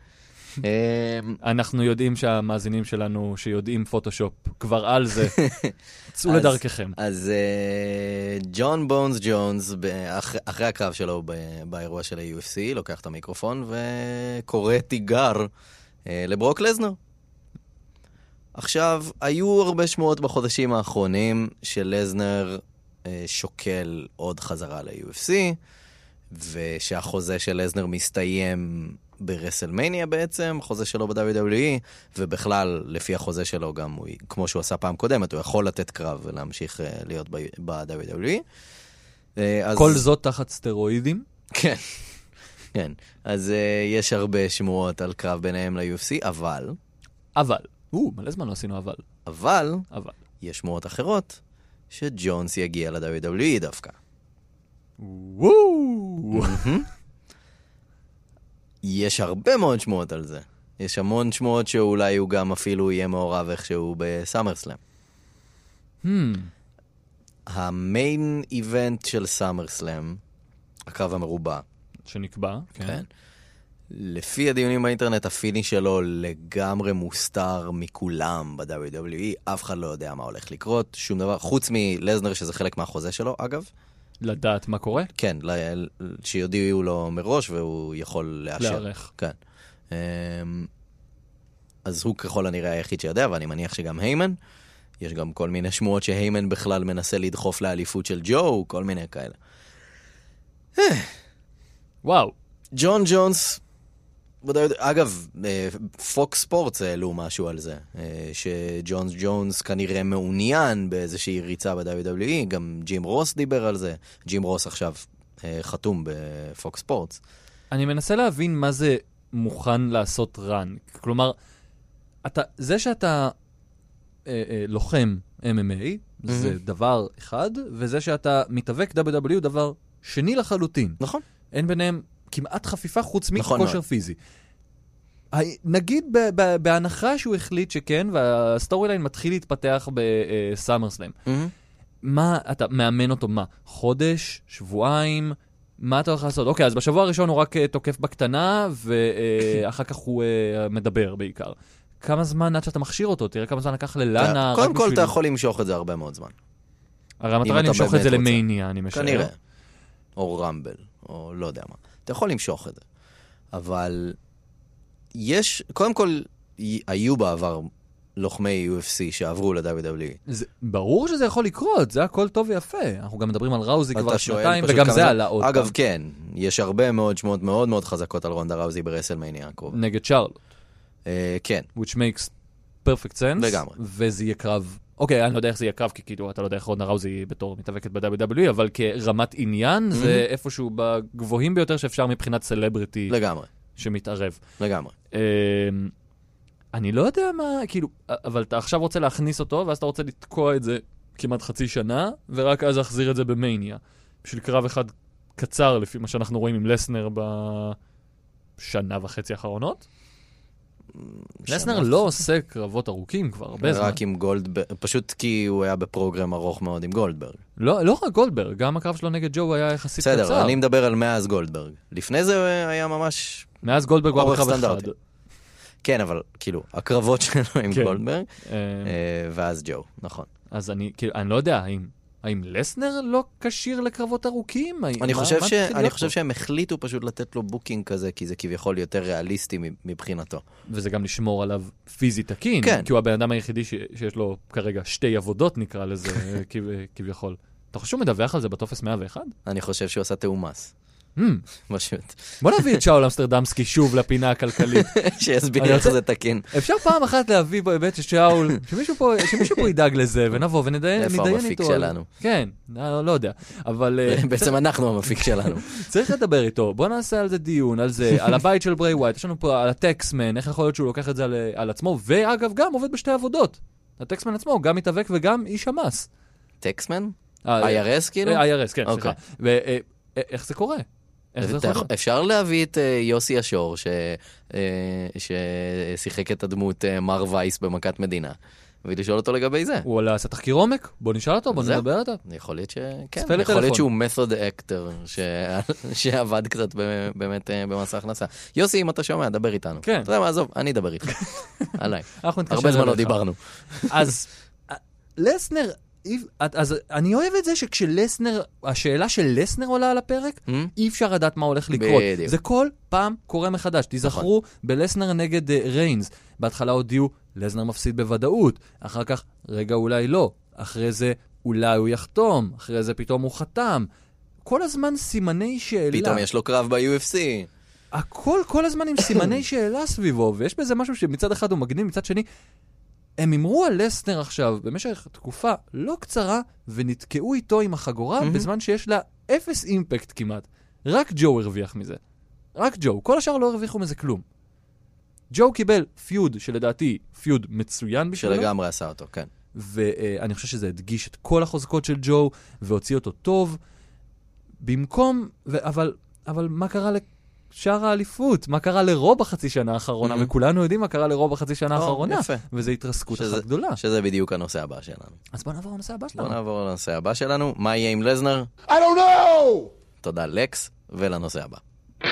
[SPEAKER 3] אנחנו יודעים שהמאזינים שלנו שיודעים פוטושופ כבר על זה, צאו לדרככם.
[SPEAKER 4] אז ג'ון בונס ג'ונס, אחרי הקרב שלו באירוע של ה-יו אף סי, לוקח את המיקרופון וקורא תיגר לברוק לזנר. עכשיו, היו הרבה שמועות בחודשים האחרונים שלזנר שוקל עוד חזרה ל-יו אף סי, ושהחוזה של לזנר מסתיים ברסלמניה בעצם, החוזה שלו ב-דאבליו דאבליו אי, ובכלל, לפי החוזה שלו גם, הוא, כמו שהוא עשה פעם קודמת, הוא יכול לתת קרב ולהמשיך uh, להיות ב-דאבליו דאבליו אי. Uh, אז...
[SPEAKER 3] כל זאת תחת סטרואידים?
[SPEAKER 4] כן, כן. אז uh, יש הרבה שמועות על קרב ביניהם ל-יו אף סי, אבל...
[SPEAKER 3] אבל. או, מלא זמן לא עשינו אבל.
[SPEAKER 4] אבל,
[SPEAKER 3] אבל.
[SPEAKER 4] יש שמועות אחרות, שג'ונס יגיע ל-דאבליו דאבליו אי דווקא.
[SPEAKER 3] וואו!
[SPEAKER 4] יש הרבה מאוד שמועות על זה. יש המון שמועות שאולי הוא גם אפילו יהיה מעורב איכשהו בסאמרסלאם.
[SPEAKER 3] Hmm.
[SPEAKER 4] המיין איבנט של סאמרסלאם, הקרב המרובע.
[SPEAKER 3] שנקבע.
[SPEAKER 4] כן. כן. לפי הדיונים באינטרנט, הפיני שלו לגמרי מוסתר מכולם ב-דאבליו דאבליו אי. אף אחד לא יודע מה הולך לקרות, שום דבר. חוץ מלזנר שזה חלק מהחוזה שלו, אגב.
[SPEAKER 3] לדעת מה קורה?
[SPEAKER 4] כן, שיודיעו לו מראש והוא יכול לאשר.
[SPEAKER 3] להערך.
[SPEAKER 4] כן. אז הוא ככל הנראה היחיד שיודע, ואני מניח שגם היימן. יש גם כל מיני שמועות שהיימן בכלל מנסה לדחוף לאליפות של ג'ו, כל מיני כאלה.
[SPEAKER 3] וואו.
[SPEAKER 4] ג'ון ג'ונס, אגב, פוקס ספורטס העלו משהו על זה, שג'ון ג'ונס כנראה מעוניין באיזושהי ריצה ב-דאבליו דאבליו אי, גם ג'ים רוס דיבר על זה, ג'ים רוס עכשיו חתום בפוקס ספורטס.
[SPEAKER 3] אני מנסה להבין מה זה מוכן לעשות רן, כלומר, אתה, זה שאתה אה, אה, לוחם אם אם איי, mm-hmm. זה דבר אחד, וזה שאתה מתאבק דאבליו דאבליו אי דבר שני לחלוטין.
[SPEAKER 4] נכון. אין
[SPEAKER 3] ביניהם כמעט חפיפה חוץ
[SPEAKER 4] נכון
[SPEAKER 3] מכושר פיזי. נגיד ב- ב- בהנחה שהוא החליט שכן, והסטורי ליין מתחיל להתפתח בסאמרסלאם.
[SPEAKER 4] Mm-hmm.
[SPEAKER 3] מה, אתה מאמן אותו מה? חודש? שבועיים? מה אתה הולך לעשות? אוקיי, אז בשבוע הראשון הוא רק uh, תוקף בקטנה, ואחר כך הוא uh, מדבר בעיקר. כמה זמן עד שאתה מכשיר אותו? תראה כמה זמן לקח ללאנה.
[SPEAKER 4] קודם כל אתה יכול למשוך את זה הרבה מאוד זמן.
[SPEAKER 3] הרי המטרה למשוך את זה למאניה, אני משער.
[SPEAKER 4] כנראה. או רמבל, או לא יודע מה. אתה יכול למשוך את זה. אבל יש, קודם כל, היו בעבר לוחמי יו אף סי שעברו ל-דאבליו דאבליו אי.
[SPEAKER 3] זה, ברור שזה יכול לקרות, זה הכל טוב ויפה. אנחנו גם מדברים על ראוזי כבר שנתיים, וגם זה עלה עוד פעם.
[SPEAKER 4] אגב, כן, יש הרבה מאוד שמות מאוד מאוד חזקות על רונדה ראוזי ברסלמניה הקרוב.
[SPEAKER 3] נגד צ'ארלוט.
[SPEAKER 4] אה, כן.
[SPEAKER 3] Which makes perfect sense.
[SPEAKER 4] לגמרי.
[SPEAKER 3] וזה יהיה קרב, אוקיי, אני לא יודע איך זה יהיה קרב, כי כאילו, אתה לא יודע איך רונדה ראוזי בתור מתאבקת ב-דאבליו דאבליו אי, אבל כרמת עניין, זה איפשהו בגבוהים ביותר שאפשר מבחינת סלבריטי.
[SPEAKER 4] לגמרי.
[SPEAKER 3] שמתערב.
[SPEAKER 4] לגמרי.
[SPEAKER 3] אני לא יודע מה, כאילו, אבל אתה עכשיו רוצה להכניס אותו, ואז אתה רוצה לתקוע את זה כמעט חצי שנה, ורק אז להחזיר את זה במאניה. בשביל קרב אחד קצר, לפי מה שאנחנו רואים עם לסנר בשנה וחצי האחרונות. לסנר לא עושה קרבות ארוכים כבר, הרבה זמן.
[SPEAKER 4] רק עם גולדברג, פשוט כי הוא היה בפרוגרם ארוך מאוד עם גולדברג.
[SPEAKER 3] לא, לא רק גולדברג, גם הקרב שלו נגד ג'ו היה יחסית קצר.
[SPEAKER 4] בסדר, אני מדבר על מאז גולדברג. לפני זה היה ממש...
[SPEAKER 3] מאז גולדברג הוא היה בקרב אחד.
[SPEAKER 4] כן, אבל כאילו, הקרבות שלו עם גולדברג, ואז ג'ו, נכון.
[SPEAKER 3] אז אני, כאילו, אני לא יודע, האם, האם לסנר לא קשיר לקרבות ארוכים?
[SPEAKER 4] אני חושב ש, אני חושב שהם החליטו פשוט לתת לו בוקינג כזה, כי זה כביכול יותר ריאליסטי מבחינתו.
[SPEAKER 3] וזה גם לשמור עליו פיזי תקין, כי הוא הבן אדם היחידי שיש לו כרגע שתי עבודות, נקרא לזה, כביכול. אתה חושב שהוא מדווח על זה בטופס מאה ואחת?
[SPEAKER 4] אני חושב שהוא עשה תאומס. פשוט.
[SPEAKER 3] בוא נביא את שאול אמסטרדמסקי שוב לפינה הכלכלית.
[SPEAKER 4] שיסביר איך זה תקין.
[SPEAKER 3] אפשר פעם אחת להביא בו היבט ששאול, שמישהו פה ידאג לזה, ונבוא ונדיין איתו.
[SPEAKER 4] איפה המפיק שלנו?
[SPEAKER 3] כן, לא יודע. אבל...
[SPEAKER 4] בעצם אנחנו המפיק שלנו.
[SPEAKER 3] צריך לדבר איתו. בוא נעשה על זה דיון, על זה, על הבית של ברי ווייט. יש לנו פה על הטקסמן, איך יכול להיות שהוא לוקח את זה על עצמו, ואגב גם עובד בשתי עבודות. הטקסמן עצמו גם מתאבק וגם איש המס.
[SPEAKER 4] טקסמן? איי אר אס כאילו?
[SPEAKER 3] איי אר אס, כן, סליחה. ואיך זה קורה?
[SPEAKER 4] אפשר להביא את יוסי אשור ששיחק את הדמות מר וייס במכת מדינה ולשאול אותו לגבי זה.
[SPEAKER 3] הוא עלה עשה תחקיר עומק, בוא נשאל אותו, בוא נדבר איתו.
[SPEAKER 4] יכול להיות שכן, יכול להיות שהוא method actor שעבד קצת באמת במסע הכנסה. יוסי, אם אתה שומע, דבר איתנו.
[SPEAKER 3] כן.
[SPEAKER 4] אתה יודע מה, עזוב, אני אדבר איתך. עליי.
[SPEAKER 3] אנחנו נתקשר
[SPEAKER 4] הרבה זמן לא
[SPEAKER 3] אליך.
[SPEAKER 4] דיברנו.
[SPEAKER 3] אז לסנר, אז אני אוהב את זה שכשלסנר, השאלה של לסנר עולה על הפרק, אי אפשר לדעת מה הולך לקרות.
[SPEAKER 4] בדיוק.
[SPEAKER 3] זה כל פעם קורה מחדש. תזכרו בלסנר נגד ריינס. בהתחלה הודיעו, לסנר מפסיד בוודאות. אחר כך, רגע אולי לא. אחרי זה, אולי הוא יחתום. אחרי זה פתאום הוא חתם. כל הזמן סימני שאלה.
[SPEAKER 4] פתאום יש לו קרב ב-יו אף סי.
[SPEAKER 3] הכל כל הזמן עם סימני שאלה סביבו, ויש בזה משהו שמצד אחד הוא מגניב, מצד שני, הם אמרו על לסנר עכשיו במשך תקופה לא קצרה, ונתקעו איתו עם החגורה, mm-hmm. בזמן שיש לה אפס אימפקט כמעט. רק ג'ו הרוויח מזה. רק ג'ו. כל השאר לא הרוויחו מזה כלום. ג'ו קיבל פיוד, שלדעתי פיוד מצוין בשבילו.
[SPEAKER 4] שלגמרי עשה אותו, כן.
[SPEAKER 3] ואני חושב שזה הדגיש את כל החוזקות של ג'ו, והוציא אותו טוב. במקום, ו- אבל, אבל מה קרה לשאר האליפות? מה קרה לרו בחצי שנה האחרונה? Mm-hmm. וכולנו יודעים מה קרה לרו בחצי שנה
[SPEAKER 4] oh,
[SPEAKER 3] האחרונה.
[SPEAKER 4] יפה.
[SPEAKER 3] וזו התרסקות
[SPEAKER 4] שזה,
[SPEAKER 3] אחת גדולה.
[SPEAKER 4] שזה בדיוק הנושא הבא שלנו.
[SPEAKER 3] אז בוא נעבור לנושא הבא שלנו.
[SPEAKER 4] בוא נעבור לנושא הבא שלנו. מה יהיה עם לזנר?
[SPEAKER 5] I don't know!
[SPEAKER 4] תודה לקס, ולנושא הבא.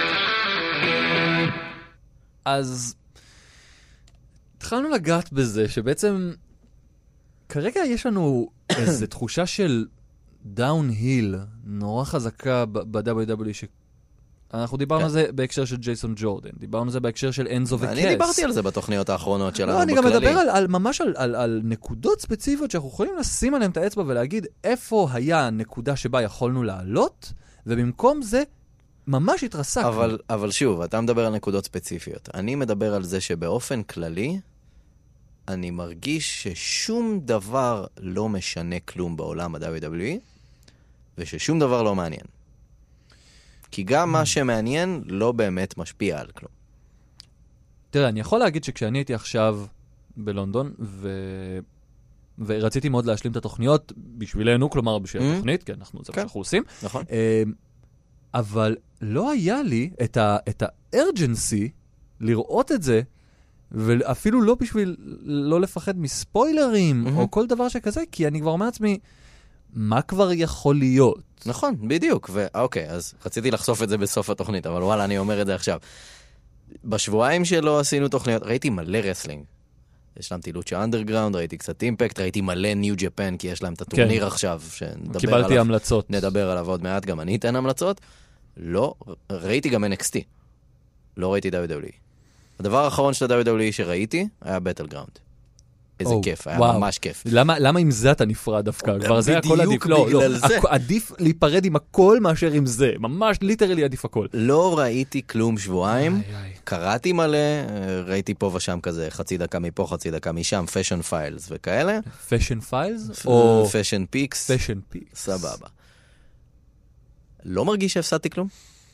[SPEAKER 3] אז התחלנו לגעת בזה שבעצם כרגע יש לנו איזו תחושה של דאון-היל נורא חזקה ב-דאבליו דאבליו אי שאנחנו דיברנו על זה בהקשר של ג'ייסון ג'ורדן, דיברנו על זה בהקשר של אנזו וקס.
[SPEAKER 4] אני דיברתי על זה בתוכניות האחרונות שלנו בכללי.
[SPEAKER 3] לא, אני גם מדבר על, על, ממש על, על, על נקודות ספציפיות שאנחנו יכולים לשים עליהן את האצבע ולהגיד איפה היה הנקודה שבה יכולנו לעלות, ובמקום זה ממש התרסק.
[SPEAKER 4] אבל, אבל שוב, אתה מדבר על נקודות ספציפיות. אני מדבר על זה שבאופן כללי, אני מרגיש ששום דבר לא משנה כלום בעולם ה-דאבליו דאבליו אי, וששום דבר לא מעניין. כי גם מה שמעניין לא באמת משפיע על כלום.
[SPEAKER 3] תראה, אני יכול להגיד שכשאני הייתי עכשיו בלונדון, ו... ורציתי מאוד להשלים את התוכניות בשבילנו, כלומר בשביל mm-hmm. התוכנית, כי אנחנו, זה
[SPEAKER 4] כן.
[SPEAKER 3] מה שאנחנו עושים.
[SPEAKER 4] נכון.
[SPEAKER 3] אבל לא היה לי את ה- את ה-urgency לראות את זה, ואפילו לא בשביל לא לפחד מספוילרים,
[SPEAKER 4] Mm-hmm.
[SPEAKER 3] או כל דבר שכזה, כי אני כבר אומר לעצמי, מה כבר יכול להיות?
[SPEAKER 4] נכון, בדיוק. ואוקיי, אז רציתי לחשוף את זה בסוף התוכנית, אבל וואלה, אני אומר את זה עכשיו. בשבועיים שלא עשינו תוכניות, ראיתי מלא רסלינג. השלמתי לוצ'ה אנדרגראונד, ראיתי קצת אימפקט, ראיתי מלא ניו ג'פן, כי יש להם את הטורניר כן. עכשיו, שנדבר
[SPEAKER 3] קיבלתי
[SPEAKER 4] עליו.
[SPEAKER 3] המלצות.
[SPEAKER 4] נדבר עליו עוד מעט, גם אני אתן המלצות. לא, ראיתי גם אן אקס טי. לא ראיתי דאבליו דאבליו אי. הדבר האחרון של ה-דאבליו דאבליו אי שראיתי, היה בטלגראונד. איזה
[SPEAKER 3] oh,
[SPEAKER 4] כיף, היה
[SPEAKER 3] וואו.
[SPEAKER 4] ממש כיף.
[SPEAKER 3] למה, למה עם זה אתה נפרד דווקא? כבר זה הכל עדיף. לא, לא,
[SPEAKER 4] זה.
[SPEAKER 3] עדיף להיפרד עם הכל מאשר עם זה. ממש ליטרלי עדיף הכל.
[SPEAKER 4] לא ראיתי כלום שבועיים.
[SPEAKER 3] איי, איי.
[SPEAKER 4] קראתי מלא, ראיתי פה ושם כזה, חצי דקה מפה, חצי דקה משם, פשן פיילס וכאלה.
[SPEAKER 3] פשן פיילס? או
[SPEAKER 4] פשן פיקס.
[SPEAKER 3] פשן פיקס.
[SPEAKER 4] סבבה. לא מרגיש שהפסדתי כלום.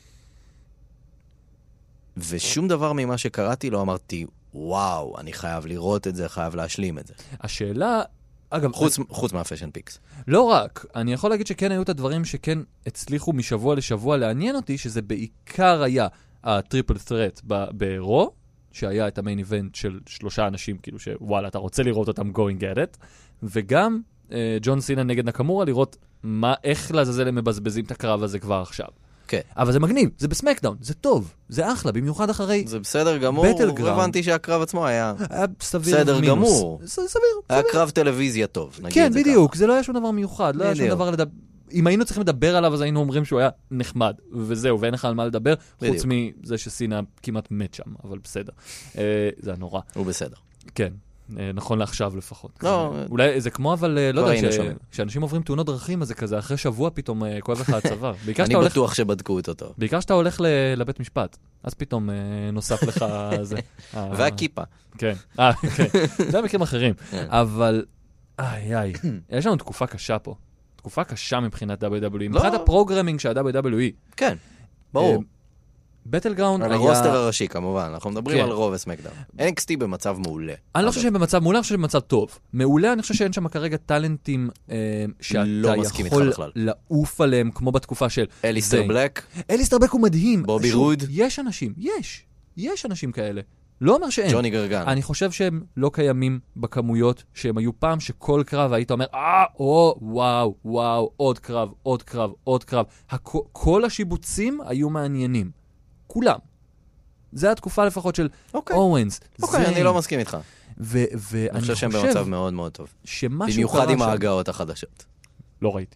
[SPEAKER 4] ושום דבר ממה שקראתי לא אמרתי, וואו, אני חייב לראות את זה, חייב להשלים את זה.
[SPEAKER 3] השאלה, אגב...
[SPEAKER 4] חוץ, חוץ מהפשן פיקס.
[SPEAKER 3] לא רק, אני יכול להגיד שכן היו את הדברים שכן הצליחו משבוע לשבוע לעניין אותי, שזה בעיקר היה הטריפל ת'רט ברו, שהיה את המיין איבנט של שלושה אנשים, כאילו שוואלה, אתה רוצה לראות אותם going at it, וגם אה, ג'ון סינה נגד נקמורה, לראות מה, איך לעזאזל הם מבזבזים את הקרב הזה כבר עכשיו.
[SPEAKER 4] כן.
[SPEAKER 3] אבל זה מגניב, זה בסמקדאון, זה טוב, זה אחלה, במיוחד אחרי...
[SPEAKER 4] זה בסדר גמור, הבנתי שהקרב עצמו היה...
[SPEAKER 3] היה סביר
[SPEAKER 4] בסדר
[SPEAKER 3] מינוס.
[SPEAKER 4] גמור.
[SPEAKER 3] סביר, סביר.
[SPEAKER 4] היה קרב טלוויזיה טוב, נגיד
[SPEAKER 3] כן,
[SPEAKER 4] את זה
[SPEAKER 3] בדיוק,
[SPEAKER 4] ככה.
[SPEAKER 3] זה לא היה שום דבר מיוחד, לא היה שום דבר לדבר... אם היינו צריכים לדבר עליו, אז היינו אומרים שהוא היה נחמד, וזהו, ואין לך על מה לדבר,
[SPEAKER 4] בדיוק.
[SPEAKER 3] חוץ מזה שסינה כמעט מת שם, אבל בסדר. אה, זה היה נורא.
[SPEAKER 4] הוא בסדר.
[SPEAKER 3] כן. נכון לעכשיו לפחות.
[SPEAKER 4] לא,
[SPEAKER 3] אולי זה כמו, אבל לא
[SPEAKER 4] כבר
[SPEAKER 3] יודע,
[SPEAKER 4] היינו
[SPEAKER 3] ש-
[SPEAKER 4] שומעים.
[SPEAKER 3] כשאנשים עוברים תאונות דרכים, אז זה כזה אחרי שבוע פתאום אה, כואב לך הצבא. בעיקר
[SPEAKER 4] אני
[SPEAKER 3] שאתה הולך-
[SPEAKER 4] בטוח שבדקו את אותו.
[SPEAKER 3] בעיקר שאתה הולך ל- לבית משפט, אז פתאום אה, נוסף לך זה. אה,
[SPEAKER 4] והכיפה.
[SPEAKER 3] כן. אה, כן. זה המקרים אחרים. אבל, איי, איי, יש לנו תקופה קשה פה. תקופה קשה מבחינת דאבליו דאבליו אי.
[SPEAKER 4] לא.
[SPEAKER 3] מבחינת הפרוגרמינג של ה-דאבליו דאבליו אי.
[SPEAKER 4] כן, ברור.
[SPEAKER 3] בטלגראונד
[SPEAKER 4] על
[SPEAKER 3] היה...
[SPEAKER 4] הרוסטר הראשי כמובן, אנחנו מדברים
[SPEAKER 3] כן.
[SPEAKER 4] על רוב וסמקדאון. אן אקס טי במצב מעולה.
[SPEAKER 3] אני לא חושב שהם במצב מעולה, אני חושב שהם במצב טוב. מעולה, אני חושב שאין שם כרגע טלנטים אה, שאתה
[SPEAKER 4] לא מסכים איתך
[SPEAKER 3] יכול
[SPEAKER 4] בכלל.
[SPEAKER 3] לעוף עליהם, כמו בתקופה של...
[SPEAKER 4] אליסטר
[SPEAKER 3] זיין.
[SPEAKER 4] בלק,
[SPEAKER 3] אליסטר בלק הוא מדהים.
[SPEAKER 4] בובי
[SPEAKER 3] שוב,
[SPEAKER 4] רוד.
[SPEAKER 3] יש אנשים, יש. יש אנשים כאלה. לא אומר שאין.
[SPEAKER 4] ג'וני גרגן.
[SPEAKER 3] אני חושב שהם לא קיימים בכמויות שהם היו פעם, שכל קרב היית אומר, אה, או, וואו, וואו, עוד קרב, עוד קרב, עוד קרב. הכ- כל השיבוצים היו מעניינים. כולם. זה התקופה לפחות של
[SPEAKER 4] אוקיי.
[SPEAKER 3] אורנס,
[SPEAKER 4] אוקיי,
[SPEAKER 3] זיין.
[SPEAKER 4] אני לא מסכים איתך.
[SPEAKER 3] ו- ואני
[SPEAKER 4] אני חושב שהם במצב מאוד מאוד טוב.
[SPEAKER 3] שמשהו
[SPEAKER 4] במיוחד
[SPEAKER 3] קרה
[SPEAKER 4] עם
[SPEAKER 3] שם.
[SPEAKER 4] ההגעות החדשות.
[SPEAKER 3] לא ראיתי.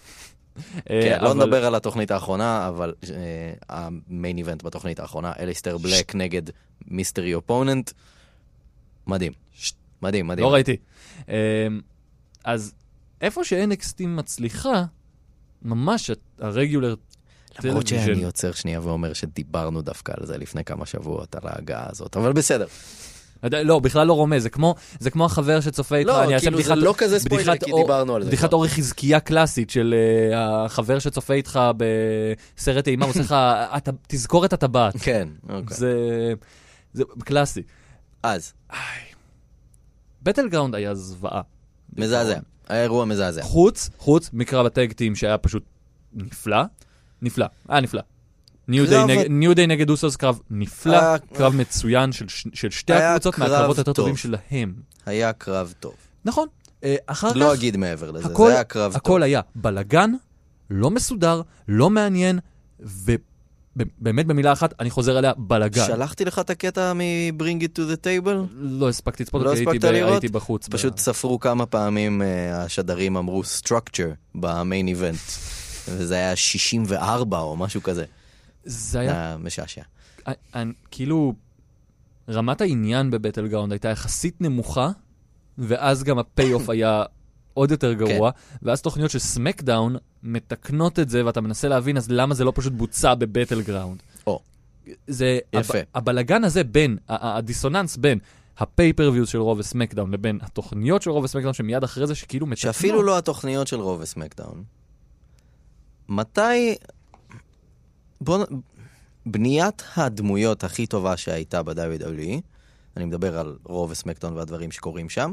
[SPEAKER 4] כן,
[SPEAKER 3] אה,
[SPEAKER 4] לא
[SPEAKER 3] אבל-
[SPEAKER 4] נדבר על התוכנית האחרונה, אבל המיין איבנט בתוכנית האחרונה, אליסטר בלק נגד מיסטרי אופוננט, מדהים. מדהים, מדהים.
[SPEAKER 3] לא ראיתי. אה, אז איפה ש-אן אקס טי מצליחה, ממש הרגיולר
[SPEAKER 4] למרות שאני
[SPEAKER 3] טלוויז'ן.
[SPEAKER 4] יוצר שנייה ואומר שדיברנו דווקא על זה לפני כמה שבועות, על ההגעה הזאת, אבל בסדר.
[SPEAKER 3] לא, בכלל לא רומז, זה כמו, זה כמו החבר שצופה איתך,
[SPEAKER 4] לא,
[SPEAKER 3] אני אעשה
[SPEAKER 4] כאילו
[SPEAKER 3] בדיחת,
[SPEAKER 4] זה לא כזה ספוילר,
[SPEAKER 3] בדיחת
[SPEAKER 4] כי
[SPEAKER 3] אור-
[SPEAKER 4] דיברנו על זה.
[SPEAKER 3] בדיחת
[SPEAKER 4] כבר.
[SPEAKER 3] אורי חזקיה קלאסית של uh, החבר שצופה איתך בסרט אימה, עושה לך, אתה, תזכור את הטבעת.
[SPEAKER 4] כן, אוקיי.
[SPEAKER 3] זה, זה קלאסי.
[SPEAKER 4] אז,
[SPEAKER 3] בטל גראונד היה זוועה.
[SPEAKER 4] מזעזע. היה אירוע מזעזע.
[SPEAKER 3] חוץ, חוץ מקרב הטאג-טים שהיה פשוט נפלא, נפלא, היה נפלא. ניו דיי
[SPEAKER 4] קרב
[SPEAKER 3] נגד,
[SPEAKER 4] ה-
[SPEAKER 3] ניו דיי נגד אוסוס, קרב נפלא,
[SPEAKER 4] היה-
[SPEAKER 3] קרב מצוין של, ש- של שתי
[SPEAKER 4] היה
[SPEAKER 3] הקבוצות
[SPEAKER 4] קרב
[SPEAKER 3] מהקרבות היותר
[SPEAKER 4] טוב.
[SPEAKER 3] טובים שלהם.
[SPEAKER 4] היה קרב טוב.
[SPEAKER 3] נכון. אה, אחר כך,
[SPEAKER 4] לא אגיד מעבר לזה,
[SPEAKER 3] הכל,
[SPEAKER 4] זה היה קרב טוב.
[SPEAKER 3] הכל היה בלגן, לא מסודר, לא מעניין, ובאמת במילה אחת, אני חוזר עליה, בלגן.
[SPEAKER 4] שלחתי לך את הקטע מ-Bring it to the table?
[SPEAKER 3] לא הספקתי לצפות,
[SPEAKER 4] לא
[SPEAKER 3] כי הייתי,
[SPEAKER 4] הספקת
[SPEAKER 3] ב-
[SPEAKER 4] לראות?
[SPEAKER 3] הייתי בחוץ.
[SPEAKER 4] פשוט
[SPEAKER 3] ב...
[SPEAKER 4] ספרו כמה פעמים uh, השדרים אמרו structure במיין איבנט. וזה היה שישים וארבע או משהו כזה.
[SPEAKER 3] זה היה,
[SPEAKER 4] היה משעשע.
[SPEAKER 3] אני, אני, כאילו, רמת העניין בבטל גראונד הייתה יחסית נמוכה, ואז גם הפי-אוף היה עוד יותר גרוע, ואז תוכניות של סמקדאון מתקנות את זה, ואתה מנסה להבין, אז למה זה לא פשוט בוצע בבטל גראונד?
[SPEAKER 4] או,
[SPEAKER 3] זה,
[SPEAKER 4] יפה.
[SPEAKER 3] הב, הבלגן הזה בין, ה- ה- הדיסוננס בין הפייפריוויוז של רוב וסמקדאון, לבין התוכניות של רוב וסמקדאון, שמיד אחרי זה שכאילו מתקנות.
[SPEAKER 4] שאפילו לא התוכניות של רוב וסמקדאון. מתי... בוא... נ- בניית הדמויות הכי טובה שהייתה ב-דאבליו דאבליו אי, אני מדבר על רוב וסמקדאון והדברים שקורים שם,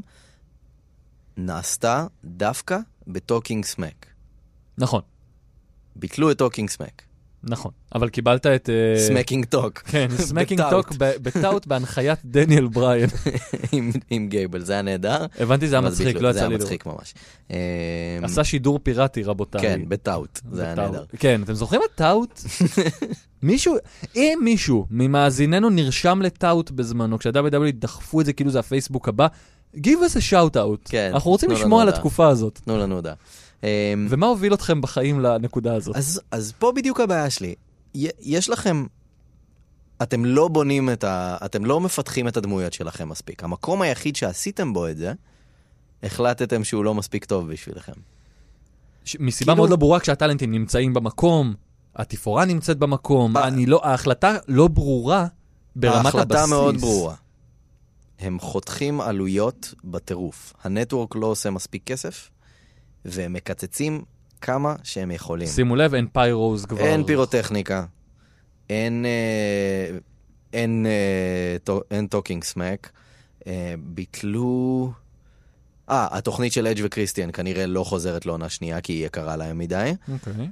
[SPEAKER 4] נעשתה דווקא בטוקינג סמק.
[SPEAKER 3] נכון,
[SPEAKER 4] ביטלו את טוקינג סמק.
[SPEAKER 3] נכון. אבל קיבלת את... אה,
[SPEAKER 4] סמקינג טוק.
[SPEAKER 3] כן, סמקינג
[SPEAKER 4] בטעות.
[SPEAKER 3] טוק ב- בטעות בהנחיית דניאל בריין.
[SPEAKER 4] עם- עם גייבל, זה היה נהדר.
[SPEAKER 3] הבנתי, זה היה
[SPEAKER 4] אבל
[SPEAKER 3] מצחיק,
[SPEAKER 4] ביטלו,
[SPEAKER 3] לא יצא
[SPEAKER 4] זה
[SPEAKER 3] לי
[SPEAKER 4] היה
[SPEAKER 3] לראות.
[SPEAKER 4] מצחיק ממש. אמ,
[SPEAKER 3] עשה שידור פיראטי, רבותיי.
[SPEAKER 4] כן, בטעות, זה היה
[SPEAKER 3] בטעות.
[SPEAKER 4] נהדר.
[SPEAKER 3] כן, אתם זוכרים את טאוט? מישהו, אם מישהו ממאזיננו נרשם לטאוט בזמנו, כשה-דאבליו דאבליו אי דחפו את זה כאילו זה הפייסבוק הבא, give us a shout out.
[SPEAKER 4] כן,
[SPEAKER 3] אנחנו רוצים
[SPEAKER 4] תנו לנו
[SPEAKER 3] לשמוע על
[SPEAKER 4] הודעה.
[SPEAKER 3] התקופה הזאת.
[SPEAKER 4] תנו לנו הודעה. אמ,
[SPEAKER 3] ומה הוביל אתכם בחיים לנקודה הזאת?
[SPEAKER 4] אז, אז פה בדיוק הבעיה שלי. י- יש לכם, אתם לא בונים את ה... אתם לא מפתחים את הדמויות שלכם מספיק. המקום היחיד שעשיתם בו את זה, החלטתם שהוא לא מספיק טוב בשבילכם.
[SPEAKER 3] ש- מסיבה
[SPEAKER 4] כאילו-
[SPEAKER 3] מאוד לא ברורה, כשהטלנטים נמצאים במקום, התפאורה נמצאת במקום,
[SPEAKER 4] אה.
[SPEAKER 3] אני לא, ההחלטה לא ברורה ברמת הבסיס.
[SPEAKER 4] ההחלטה מאוד ברורה. הם חותכים עלויות בטירוף. הנטוורק לא עושה מספיק כסף, והם מקצצים כמה שהם יכולים.
[SPEAKER 3] שימו לב, אין פיירוז כבר.
[SPEAKER 4] אין פירוטכניקה, אין, אה, אין, אה, טו- אין טוקינג סמק, אה, ביטלו... אה, התוכנית של אג' וקריסטיאן כנראה לא חוזרת לעונה שנייה, כי היא יקרה להם מדי.
[SPEAKER 3] אוקיי.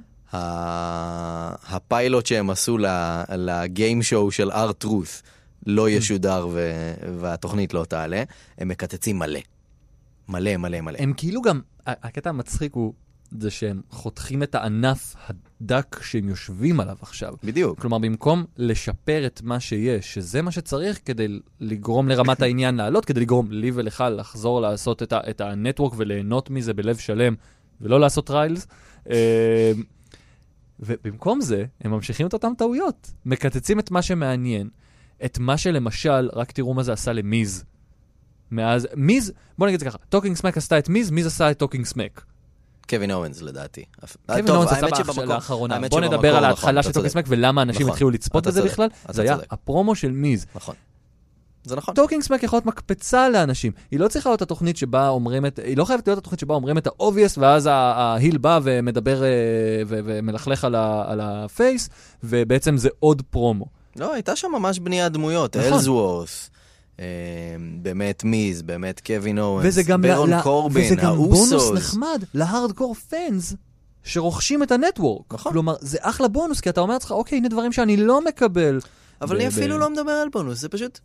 [SPEAKER 4] ה- הפיילוט שהם עשו לגיים שואו של R-Truth לא ישודר ו- והתוכנית לא תעלה, הם מקצצים מלא. מלא, מלא, מלא.
[SPEAKER 3] הם כאילו גם, ה- הקטע המצחיק הוא זה שהם חותכים את הענף הדק שהם יושבים עליו עכשיו.
[SPEAKER 4] בדיוק.
[SPEAKER 3] כלומר, במקום לשפר את מה שיש, שזה מה שצריך כדי לגרום לרמת העניין לעלות, כדי לגרום לי ולך לחזור לעשות את, ה- את הנטוורק וליהנות מזה בלב שלם, ולא לעשות טריילס. אה, ובמקום זה, הם ממשיכים את אותם טעויות. מקצצים את מה שמעניין, את מה שלמשל, רק תראו מה זה עשה למיז. מאז, מיז, בוא נגיד את זה ככה, טוקינג סמק עשתה את מיז, מיז עשה את טוקינג סמק.
[SPEAKER 4] קווין אורנס לדעתי.
[SPEAKER 3] קווין
[SPEAKER 4] טוב,
[SPEAKER 3] אורנס עשה
[SPEAKER 4] האמת
[SPEAKER 3] באחרונה,
[SPEAKER 4] שבמקום-
[SPEAKER 3] לאחרונה.
[SPEAKER 4] האמת
[SPEAKER 3] בוא
[SPEAKER 4] שבמקור
[SPEAKER 3] נדבר על
[SPEAKER 4] נכון,
[SPEAKER 3] ההתחלה
[SPEAKER 4] אתה
[SPEAKER 3] של טוקינג
[SPEAKER 4] צודק.
[SPEAKER 3] סמק ולמה אנשים
[SPEAKER 4] נכון,
[SPEAKER 3] התחילו לצפות
[SPEAKER 4] אתה
[SPEAKER 3] בזה
[SPEAKER 4] צודק,
[SPEAKER 3] בכלל.
[SPEAKER 4] אתה
[SPEAKER 3] זה היה
[SPEAKER 4] צודק.
[SPEAKER 3] הפרומו של מיז.
[SPEAKER 4] נכון. זה נכון.
[SPEAKER 3] טוקינג סמק יכול להיות מקפצה לאנשים. היא לא צריכה להיות התוכנית שבה אומרים את... היא לא חייבת להיות התוכנית שבה אומרים את ה-obvious, ואז ה- ההיל בא ומדבר אה, ו- ומלכלך על ה- על הפייס, ובעצם זה עוד פרומו.
[SPEAKER 4] לא, הייתה שם ממש בניית דמויות.
[SPEAKER 3] נכון.
[SPEAKER 4] אלזוורס, אה, באמת מיז, באמת קווין אורנס,
[SPEAKER 3] וזה גם,
[SPEAKER 4] ברון
[SPEAKER 3] ל- ל-
[SPEAKER 4] קורבין,
[SPEAKER 3] וזה גם בונוס
[SPEAKER 4] האוסוס.
[SPEAKER 3] נחמד להארדקור פאנס שרוכשים את הנטוורק.
[SPEAKER 4] נכון.
[SPEAKER 3] כלומר, זה אחלה בונוס, כי אתה אומר לעצמך, אוקיי, הנה דברים שאני לא מקבל.
[SPEAKER 4] אבל
[SPEAKER 3] ב-
[SPEAKER 4] אני
[SPEAKER 3] ב-
[SPEAKER 4] אפילו לא מדבר על בונוס, זה פשוט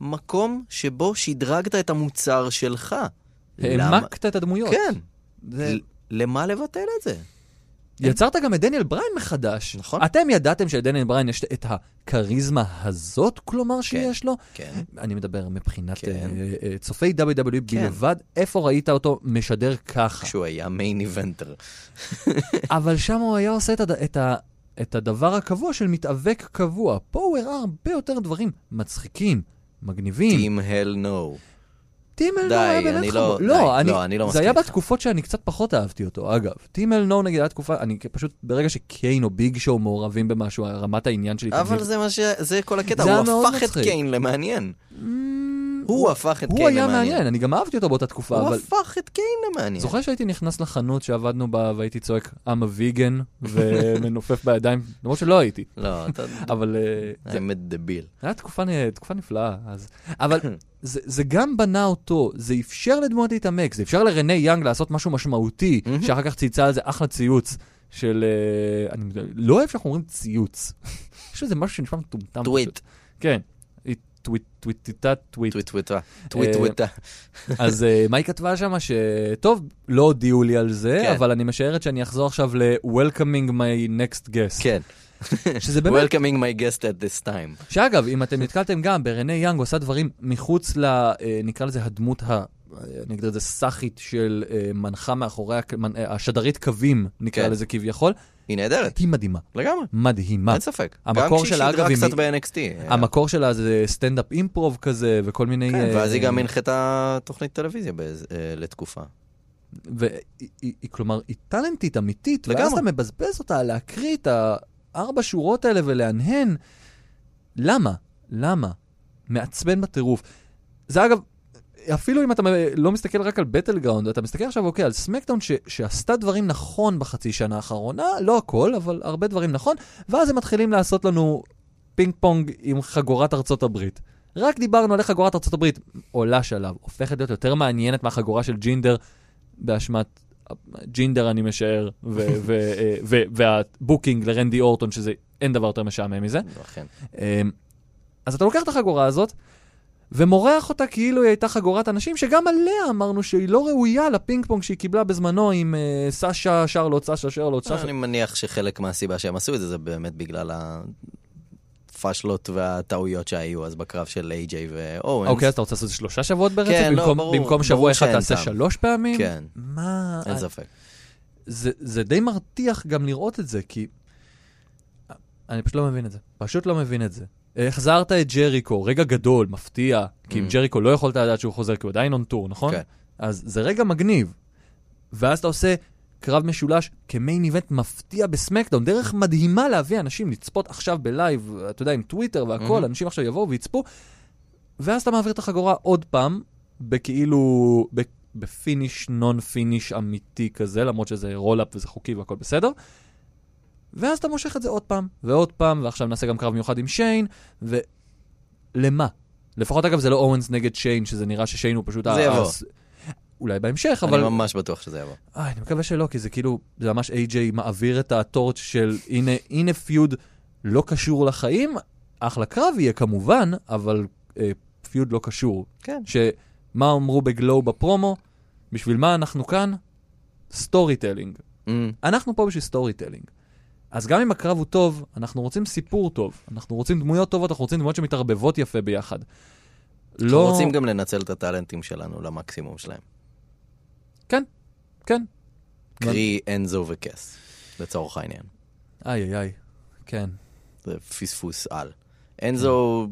[SPEAKER 4] מקום שבו שדרגת את המוצר שלך.
[SPEAKER 3] העמקת את הדמויות.
[SPEAKER 4] כן.
[SPEAKER 3] זה...
[SPEAKER 4] למה לבטל את זה?
[SPEAKER 3] יצרת גם את דניאל בריין מחדש.
[SPEAKER 4] נכון.
[SPEAKER 3] אתם ידעתם שלדניאל בריין יש את הכריזמה הזאת, כלומר שיש לו?
[SPEAKER 4] כן.
[SPEAKER 3] אני מדבר מבחינת צופי דאבליו דאבליו אי בלבד, איפה ראית אותו משדר ככה?
[SPEAKER 4] כשהוא היה מיין איבנטר.
[SPEAKER 3] אבל שם הוא היה עושה את ה... את הדבר הקבוע של מתאבק קבוע. פה הוא הראה הרבה יותר דברים מצחיקים, מגניבים.
[SPEAKER 4] טים הל נו.
[SPEAKER 3] טים הל נו היה באמת חמור. לא, אני לא מסכים. זה היה בתקופות שאני קצת פחות אהבתי אותו, אגב. טים הל נו נגיד היה תקופה, אני פשוט ברגע שקיין או ביג שואו מעורבים במשהו, רמת העניין שלי...
[SPEAKER 4] אבל זה מה ש... זה כל הקטע, הוא הפך את קיין למעניין. הוא הפך את קיין למעניין.
[SPEAKER 3] הוא היה מעניין, אני גם אהבתי אותו באותה תקופה.
[SPEAKER 4] הוא הפך את קיין למעניין.
[SPEAKER 3] זוכר שהייתי נכנס לחנות שעבדנו בה והייתי צועק, I'm a vegan, ומנופף בידיים, למרות שלא הייתי.
[SPEAKER 4] לא, אתה...
[SPEAKER 3] אבל...
[SPEAKER 4] האמת דביל.
[SPEAKER 3] היה תקופה נפלאה, אז... אבל זה גם בנה אותו, זה אפשר לדמות להתעמק, זה אפשר לרני יאנג לעשות משהו משמעותי, שאחר כך צייצה על זה אחלה ציוץ, של... אני לא אוהב שאנחנו אומרים ציוץ. יש לזה משהו שנשמע מטומטם.
[SPEAKER 4] טוויט.
[SPEAKER 3] כן. טוויט, טוויטה, טוויט.
[SPEAKER 4] טוויט, טוויטה. טוויט, טוויטה.
[SPEAKER 3] אז מה היא כתבה שם? שטוב, לא הודיעו לי על זה, אבל אני משערת שאני אחזור עכשיו ל-Welcoming my next guest.
[SPEAKER 4] כן.
[SPEAKER 3] שזה באמת...
[SPEAKER 4] Welcoming my guest at this time.
[SPEAKER 3] שאגב, אם אתם נתקלתם גם, ברני יאנג עושה דברים מחוץ ל... נקרא לזה הדמות ה... אני אגדיר את זה סחית של מנחה מאחורי השדרית קווים, נקרא לזה כביכול.
[SPEAKER 4] היא נהדרת.
[SPEAKER 3] היא מדהימה.
[SPEAKER 4] לגמרי.
[SPEAKER 3] מדהימה.
[SPEAKER 4] אין ספק.
[SPEAKER 3] גם
[SPEAKER 4] כשהיא שדרה קצת ב-אן אקס טי.
[SPEAKER 3] המקור שלה זה סטנדאפ אימפרוב כזה, וכל מיני...
[SPEAKER 4] כן, ואז היא גם הנחתה תוכנית טלוויזיה לתקופה.
[SPEAKER 3] והיא, כלומר, היא טלנטית אמיתית, ואז אתה מבזבז אותה על להקריא את הארבע שורות האלה ולהנהן. למה? למה? מעצבן בטירוף. זה אגב... אפילו אם אתה לא מסתכל רק על בטלגראונד, אתה מסתכל עכשיו, אוקיי, על סמקדאון ש- שעשתה דברים נכון בחצי שנה האחרונה, לא הכל, אבל הרבה דברים נכון, ואז הם מתחילים לעשות לנו פינג פונג עם חגורת ארצות הברית. רק דיברנו על איך חגורת ארצות הברית עולה שלב, הופכת להיות יותר מעניינת מהחגורה של ג'ינדר, באשמת ג'ינדר אני משער, ו- ו- ו- והבוקינג לרנדי אורטון, שזה אין דבר יותר משעמם מזה. אז אתה לוקח את החגורה הזאת, ומורח אותה כאילו היא הייתה חגורת אנשים, שגם עליה אמרנו שהיא לא ראויה לפינג פונג שהיא קיבלה בזמנו עם uh, סשה, שרלוט, סשה, שרלוט, סשה.
[SPEAKER 4] אני מניח שחלק מהסיבה שהם עשו את זה, זה באמת בגלל הפשלות והטעויות שהיו אז בקרב של איי ג'יי ואורנס.
[SPEAKER 3] אוקיי, אז אתה רוצה לעשות שלושה שבועות ברצף?
[SPEAKER 4] כן,
[SPEAKER 3] במקום,
[SPEAKER 4] לא, ברור.
[SPEAKER 3] במקום שבוע אחד תעשה שלוש פעמים?
[SPEAKER 4] כן.
[SPEAKER 3] מה?
[SPEAKER 4] אין ספק.
[SPEAKER 3] זה, זה די מרתיח גם לראות את זה, כי אני פשוט לא מבין את זה. פשוט לא מבין את זה. החזרת את ג'ריקו, רגע גדול, מפתיע, כי אם ג'ריקו לא יכולת לדעת שהוא חוזר, כי הוא עדיין און טור, נכון?
[SPEAKER 4] כן.
[SPEAKER 3] אז זה רגע מגניב. ואז אתה עושה קרב משולש כמיין איבנט מפתיע בסמקדאון, דרך מדהימה להביא אנשים לצפות עכשיו בלייב, אתה יודע, עם טוויטר והכל, אנשים עכשיו יבואו ויצפו, ואז אתה מעביר את החגורה עוד פעם, בכאילו, בפיניש, נון פיניש אמיתי כזה, למרות שזה רול-אפ וזה חוקי והכל בסדר, ואז אתה מושך את זה עוד פעם, ועוד פעם, ועכשיו נעשה גם קרב מיוחד עם שיין, ולמה? לפחות אגב זה לא אורנס נגד שיין, שזה נראה ששיין הוא פשוט...
[SPEAKER 4] זה יבוא.
[SPEAKER 3] אולי בהמשך, אבל...
[SPEAKER 4] אני ממש בטוח שזה יבוא.
[SPEAKER 3] אה, אני מקווה שלא, כי זה כאילו, זה ממש איי ג'יי מעביר את הטורץ' של הנה, הנה פיוד לא קשור לחיים, אחלה קרב יהיה כמובן, אבל אה, פיוד לא קשור.
[SPEAKER 4] כן.
[SPEAKER 3] שמה אמרו בגלו בפרומו? בשביל מה אנחנו כאן? סטורי טלינג.
[SPEAKER 4] Mm.
[SPEAKER 3] אנחנו פה בשביל סטורי טלינג. אז גם אם הקרב הוא טוב, אנחנו רוצים סיפור טוב. אנחנו רוצים דמויות טובות, אנחנו רוצים דמויות שמתערבבות יפה ביחד.
[SPEAKER 4] אנחנו
[SPEAKER 3] לא...
[SPEAKER 4] רוצים גם לנצל את הטלנטים שלנו למקסימום שלהם.
[SPEAKER 3] כן, כן.
[SPEAKER 4] קרי אנזו וקס, לצורך העניין.
[SPEAKER 3] איי, איי, איי, כן.
[SPEAKER 4] זה פספוס על. אנזו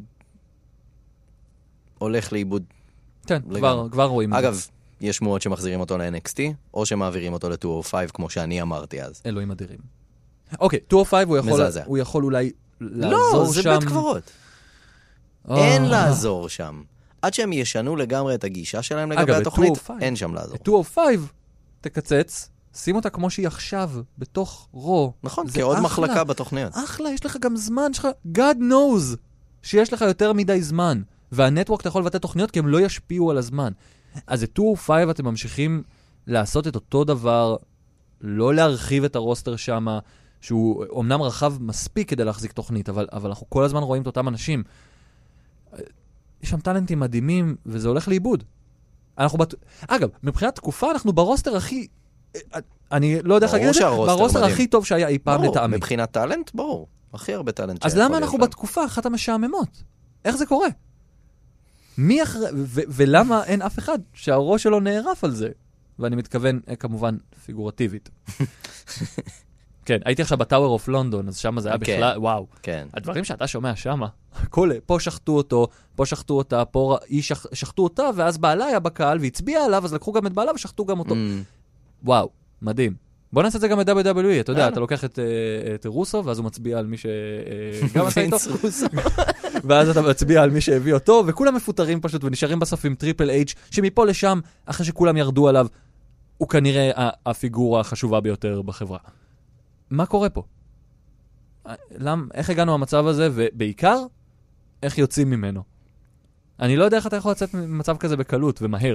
[SPEAKER 4] הולך לאיבוד.
[SPEAKER 3] כן, כבר, כבר רואים.
[SPEAKER 4] אגב, יש שמועות שמחזירים אותו ל-אן אקס טי, או שמעבירים אותו ל-מאתיים וחמש, כמו שאני אמרתי אז.
[SPEAKER 3] אלוהים אדירים. אוקיי, מאתיים וחמש הוא יכול, הוא יכול אולי לעזור
[SPEAKER 4] לא, זה
[SPEAKER 3] שם.
[SPEAKER 4] בית קברות. אין לעזור שם. עד שהם ישנו לגמרי את הגישה שלהם לגבי התוכנית, אין שם לעזור.
[SPEAKER 3] את מאתיים וחמש תקצץ, שים אותה כמו שהיא עכשיו, בתוך רו.
[SPEAKER 4] נכון, כעוד מחלקה בתוכניות.
[SPEAKER 3] אחלה, יש לך גם זמן שלך, God knows, שיש לך יותר מדי זמן. והנטוורק אתה יכול לבטא תוכניות, כי הם לא ישפיעו על הזמן. אז את מאתיים וחמש אתם ממשיכים לעשות את אותו דבר, לא להרחיב את הרוסטר שם, שהוא אומנם רחב מספיק כדי להחזיק תוכנית, אבל, אבל אנחנו כל הזמן רואים את אותם אנשים. יש שם טלנטים מדהימים, וזה הולך לאיבוד. אנחנו בת... אגב, מבחינת תקופה, אנחנו ברוסטר הכי... אני לא יודע איך להגיד את זה, ברוסטר הכי טוב שהיה אי פעם לטעמי.
[SPEAKER 4] מבחינת טלנט, ברור. הכי הרבה טלנט.
[SPEAKER 3] אז למה אנחנו בתקופה אחת המשעממות? איך זה קורה? מי אחרי... ו- ולמה אין אף אחד שהראש שלו נערף על זה? ואני מתכוון, כמובן, פיגורטיבית. כן, הייתי עכשיו בטאוור אוף לונדון, אז שם זה היה בכלל, וואו.
[SPEAKER 4] כן.
[SPEAKER 3] הדברים שאתה שומע שם, כל, פה שחטו אותו, פה שחטו אותה, פה היא שח, שחטו אותה, ואז בעלה היה בקהל, והצביע עליו, אז לקחו גם את בעלה ושחטו גם אותו. וואו, מדהים. בוא נעשה את זה גם ב-דאבליו דאבליו אי, אתה יודע, אתה לוקח את, את רוסו, ואז הוא מצביע על מי ש... גם עשה איתו. ואז אתה מצביע על מי שהביא אותו, וכולם מפוטרים פשוט, ונשארים בסוף עם טריפל אייץ', שמפה לשם, אחרי שכולם ירדו עליו, הוא כנראה הפיגורה החשובה ביותר בחברה. מה קורה פה? למ, איך הגענו למצב הזה, ובעיקר, איך יוצאים ממנו? אני לא יודע איך אתה יכול לצאת ממצב כזה בקלות ומהר.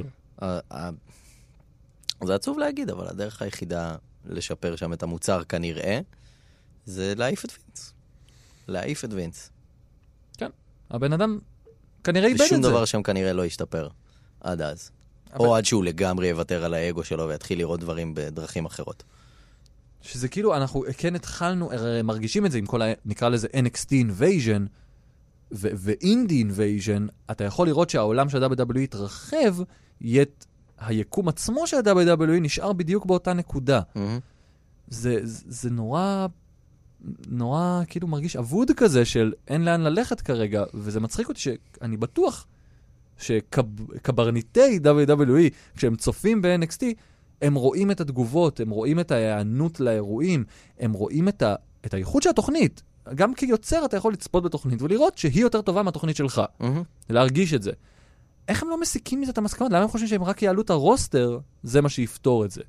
[SPEAKER 4] זה עצוב להגיד, אבל הדרך היחידה לשפר שם את המוצר כנראה, זה להעיף את וינס. להעיף את וינס.
[SPEAKER 3] כן, הבן אדם כנראה איבד את זה.
[SPEAKER 4] ושום דבר שם כנראה לא ישתפר עד אז. אבל... או עד שהוא לגמרי יוותר על האגו שלו ויתחיל לראות דברים בדרכים אחרות.
[SPEAKER 3] שזה כאילו, אנחנו כן התחלנו, מרגישים את זה עם כל ה... נקרא לזה אן אקס טי Invasion ו-Indie Invasion, אתה יכול לראות שהעולם של ה-דאבליו דאבליו אי התרחב, יהיה... היקום עצמו של ה-דאבליו דאבליו אי נשאר בדיוק באותה נקודה. Mm-hmm. זה, זה, זה נורא, נורא כאילו מרגיש אבוד כזה של אין לאן ללכת כרגע, וזה מצחיק אותי שאני בטוח שקברניטי דאבליו דאבליו אי, כשהם צופים ב-אן אקס טי, הם רואים את התגובות, הם רואים את ההיענות לאירועים, הם רואים את, ה, את הייחוד של התוכנית. גם כיוצר אתה יכול לצפות בתוכנית ולראות שהיא יותר טובה מהתוכנית שלך. Mm-hmm. להרגיש את זה. איך הם לא מסיקים מזה את המסקנות? למה הם חושבים שהם רק יעלו את הרוסטר, זה מה שיפתור את זה?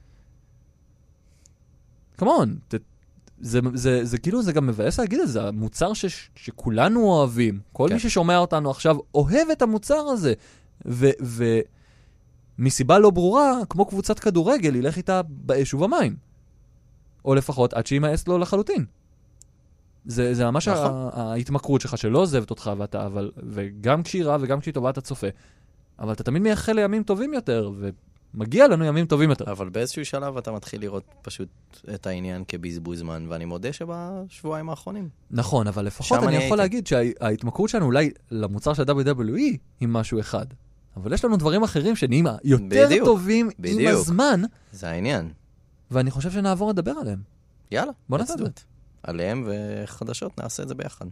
[SPEAKER 3] כמון, זה, זה, זה, זה כאילו, זה גם מבאס להגיד את זה, המוצר ש, שכולנו אוהבים, כל כן. מי ששומע אותנו עכשיו אוהב את המוצר הזה, ו, ומסיבה לא ברורה, כמו קבוצת כדורגל, ילך איתה באש ובמים. או לפחות עד שימאס לו לחלוטין. זה, זה ממש נכון. ההתמכרות שלך שלא עוזבת אותך, ואתה, אבל, וגם כשהיא רעה וגם כשהיא טובה אתה צופה. אבל אתה תמיד מייחל לימים טובים יותר, ומגיע לנו ימים טובים יותר.
[SPEAKER 4] אבל באיזשהו שלב אתה מתחיל לראות פשוט את העניין כבזבוז זמן, ואני מודה שבשבועיים האחרונים. נכון,
[SPEAKER 3] אבל לפחות אני, אני יכול הייתי. להגיד שההתמכרות שלנו אולי למוצר של ה-דאבליו דאבליו אי היא משהו אחד. אבל יש לנו דברים אחרים שנהיים יותר בדיוק, טובים בדיוק. עם הזמן.
[SPEAKER 4] זה העניין.
[SPEAKER 3] ואני חושב שנעבור לדבר עליהם.
[SPEAKER 4] יאללה,
[SPEAKER 3] בוא נעשה את זה.
[SPEAKER 4] עליהם וחדשות, נעשה את זה ביחד.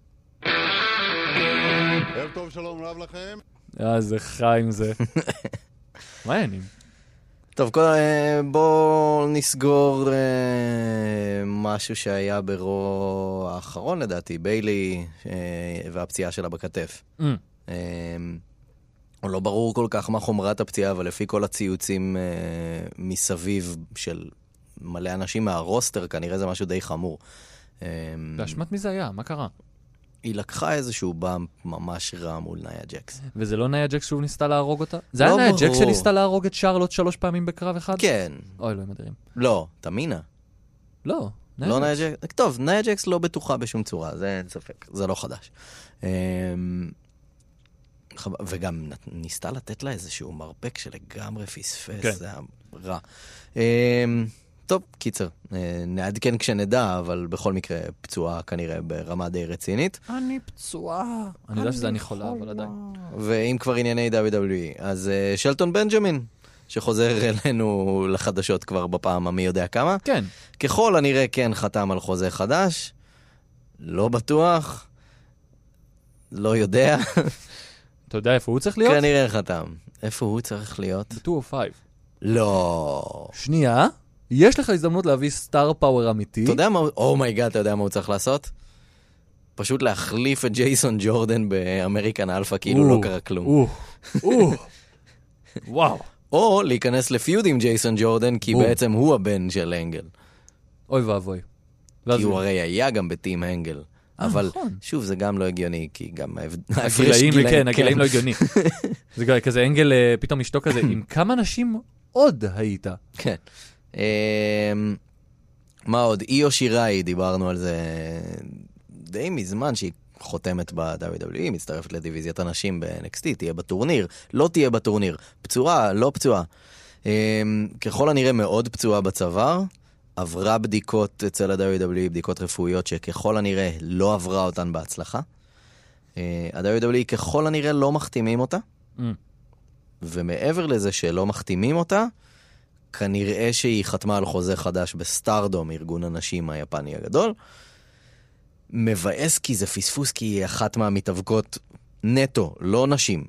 [SPEAKER 5] ערב טוב, שלום רב לכם.
[SPEAKER 3] אה, זה חיים זה. מה העניינים?
[SPEAKER 4] טוב, בואו נסגור משהו שהיה ברו האחרון לדעתי, ביילי והפציעה שלה בכתף. לא ברור כל כך מה חומרת הפציעה, אבל לפי כל הציוצים מסביב של... מלא אנשים מהרוסטר, כנראה זה משהו די חמור.
[SPEAKER 3] להשמת מי זה היה? מה קרה?
[SPEAKER 4] היא לקחה איזשהו באמפ ממש רע מול נאיה ג'קס.
[SPEAKER 3] וזה לא נאיה ג'קס שוב ניסתה להרוג אותה? זה היה נאיה ג'קס שניסתה להרוג את שרלוט שלוש פעמים בקרב אחד?
[SPEAKER 4] כן.
[SPEAKER 3] אוי, לא מדהים.
[SPEAKER 4] לא, תמינה.
[SPEAKER 3] לא,
[SPEAKER 4] לא נאיה ג'קס. טוב, נאיה ג'קס לא בטוחה בשום צורה, זה אין ספק. זה לא חדש. וגם ניסתה לתת לה איזשהו מרפק שלגמרי פספס, זה היה רע. טוב, קיצר, נעדכן כשנדע, אבל בכל מקרה פצועה כנראה ברמה די רצינית.
[SPEAKER 3] אני פצועה. אני יודע שזה אני חולה, אבל עדיין.
[SPEAKER 4] ואם כבר ענייני דאבליו דאבליו אי, אז שלטון בנג'מין, שחוזר אלינו לחדשות כבר בפעם המי יודע כמה.
[SPEAKER 3] כן.
[SPEAKER 4] ככל הנראה כן חתם על חוזה חדש, לא בטוח, לא יודע.
[SPEAKER 3] אתה יודע איפה הוא צריך להיות?
[SPEAKER 4] כנראה חתם. איפה הוא צריך להיות?
[SPEAKER 3] ב-מאתיים וחמש.
[SPEAKER 4] לא.
[SPEAKER 3] שנייה. יש לך הזדמנות להביא סטאר פאוור אמיתי.
[SPEAKER 4] אתה יודע מה, אומייגאד, אתה יודע מה הוא צריך לעשות? פשוט להחליף את ג'ייסון ג'ורדן באמריקן אלפא, כאילו לא קרה כלום.
[SPEAKER 3] וואו.
[SPEAKER 4] או להיכנס לפיוד עם ג'ייסון ג'ורדן, כי בעצם הוא הבן של אנגל.
[SPEAKER 3] אוי ואבוי.
[SPEAKER 4] כי הוא הרי היה גם בטים אנגל. אבל שוב, זה גם לא הגיוני, כי גם
[SPEAKER 3] הגילאים, כן, הגילאים לא הגיוני. זה כזה אנגל, פתאום אשתו כזה, עם כמה נשים עוד היית?
[SPEAKER 4] כן. מה עוד? איו שיראי, דיברנו על זה די מזמן, שהיא חותמת ב-דאבליו דאבליו אי, מצטרפת לדיוויזיית הנשים ב-אן אקס טי, תהיה בטורניר, לא תהיה בטורניר, פצועה, לא פצועה. ככל הנראה מאוד פצועה בצוואר, עברה בדיקות אצל ה-דאבליו דאבליו אי, בדיקות רפואיות שככל הנראה לא עברה אותן בהצלחה. ה-דאבליו דאבליו אי ככל הנראה לא מחתימים אותה, mm. ומעבר לזה שלא מחתימים אותה, כנראה שהיא חתמה על חוזה חדש בסטארדום, ארגון הנשים היפני הגדול. מבאס כי זה פספוס, כי היא אחת מהמתאבקות נטו, לא נשים.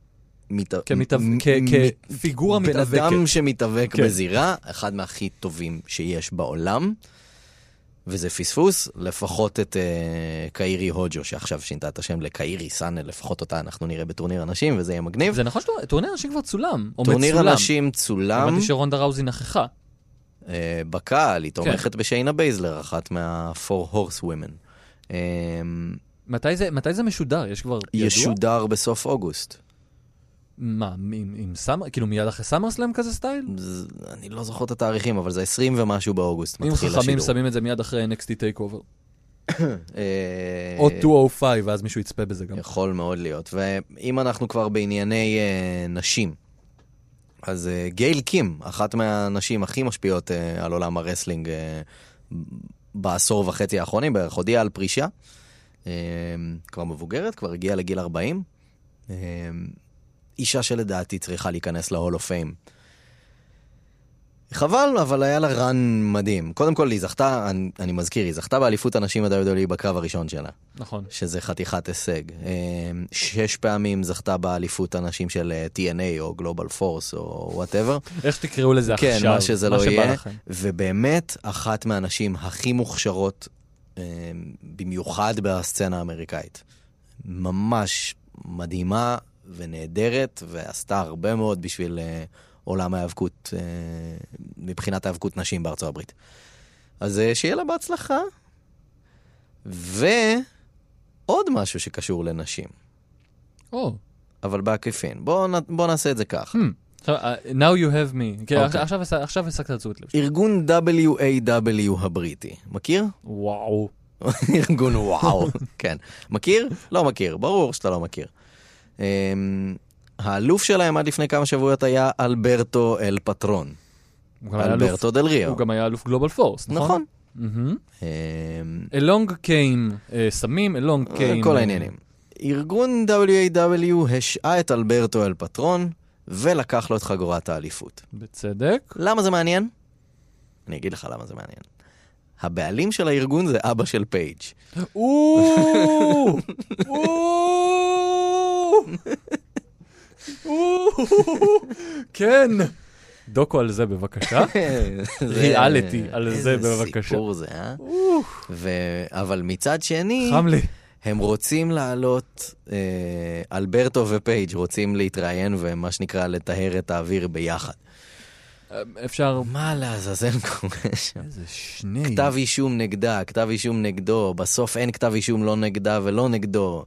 [SPEAKER 3] כפיגורה מתאבקת.
[SPEAKER 4] בן אדם שמתאבק בזירה, אחד מהכי טובים שיש בעולם. וזה פספוס, לפחות את uh, קאירי הוג'ו, שעכשיו שינתה את השם לקאירי סאנל, לפחות אותה אנחנו נראה בטורניר הנשים, וזה יהיה מגניב.
[SPEAKER 3] זה נכון שטורניר הנשים כבר צולם, או
[SPEAKER 4] טורניר
[SPEAKER 3] מצולם.
[SPEAKER 4] הנשים צולם.
[SPEAKER 3] הבנתי שרונדה ראוזי נכחה.
[SPEAKER 4] Uh, בקהל, היא תומכת כן. בשיינה בייזלר, אחת מה-Four Horse Women. Uh,
[SPEAKER 3] מתי זה, מתי זה משודר? יש כבר ידוע?
[SPEAKER 4] ישודר בסוף אוגוסט.
[SPEAKER 3] מה, עם, עם סאמר, כאילו מיד אחרי סאמר סלאם כזה סטייל?
[SPEAKER 4] זה, אני לא זוכר את התאריכים, אבל זה עשרים ומשהו באוגוסט מתחיל השידור.
[SPEAKER 3] אם חכמים שמים את זה מיד אחרי אן אקס טי Takeover. או מאתיים וחמש, ואז מישהו יצפה בזה גם.
[SPEAKER 4] יכול מאוד להיות. ואם אנחנו כבר בענייני uh, נשים, אז uh, גייל קים, אחת מהנשים הכי משפיעות uh, על עולם הרסלינג uh, בעשור וחצי האחרונים, בערך הודיעה על פרישה. Uh, כבר מבוגרת, כבר הגיעה לגיל ארבעים. Uh, אישה שלדעתי צריכה להיכנס להול אוף פיים. חבל, אבל היה לה רן מדהים. קודם כל, היא זכתה, אני, אני מזכיר, היא זכתה באליפות הנשים ה-דאבליו דאבליו אי בקרב הראשון שלה.
[SPEAKER 3] נכון.
[SPEAKER 4] שזה חתיכת הישג. שש פעמים זכתה באליפות הנשים של טי אן איי או גלובל פורס או whatever.
[SPEAKER 3] איך תקראו לזה
[SPEAKER 4] כן,
[SPEAKER 3] עכשיו?
[SPEAKER 4] מה שזה מה לא יהיה. לכם. ובאמת, אחת מהנשים הכי מוכשרות, במיוחד בסצנה האמריקאית. ממש מדהימה ונהדרת, ועשתה הרבה מאוד בשביל uh, עולם ההיאבקות, uh, מבחינת ההיאבקות נשים בארצות הברית. אז uh, שיהיה לה בהצלחה. ועוד משהו שקשור לנשים.
[SPEAKER 3] או. Oh.
[SPEAKER 4] אבל בעקיפין. בוא, בוא נעשה את זה כך.
[SPEAKER 3] Hmm. So, uh, now you have me. Okay. Okay. עכשיו, עכשיו הסקת לצוות לב.
[SPEAKER 4] ארגון דאבליו איי דאבליו הבריטי. מכיר?
[SPEAKER 3] וואו.
[SPEAKER 4] ארגון וואו. כן. מכיר? לא מכיר. ברור שאתה לא מכיר. האלוף שלהם עד לפני כמה שבועות היה אלברטו אל פטרון. אלברטו דל ריו.
[SPEAKER 3] הוא גם היה אלוף גלובל פורס, נכון?
[SPEAKER 4] נכון.
[SPEAKER 3] אלונג קיין, סמים, אלונג קיין.
[SPEAKER 4] כל העניינים. ארגון דאבליו איי דאבליו השעה את אלברטו אל פטרון, ולקח לו את חגורת האליפות.
[SPEAKER 3] בצדק.
[SPEAKER 4] למה זה מעניין? אני אגיד לך למה זה מעניין. הבעלים של הארגון זה אבא של פייג'. אוו!
[SPEAKER 3] כן. דוקו על זה בבקשה. ריאליטי על זה בבקשה.
[SPEAKER 4] איזה סיפור זה, אה? אבל מצד שני,
[SPEAKER 3] חם לי.
[SPEAKER 4] הם רוצים לעלות, אלברטו ופייג' רוצים להתראיין ומה שנקרא לטהר את האוויר ביחד.
[SPEAKER 3] אפשר...
[SPEAKER 4] מה לעזאזל קורה שם?
[SPEAKER 3] איזה שני...
[SPEAKER 4] כתב אישום נגדה, כתב אישום נגדו, בסוף אין כתב אישום לא נגדה ולא נגדו.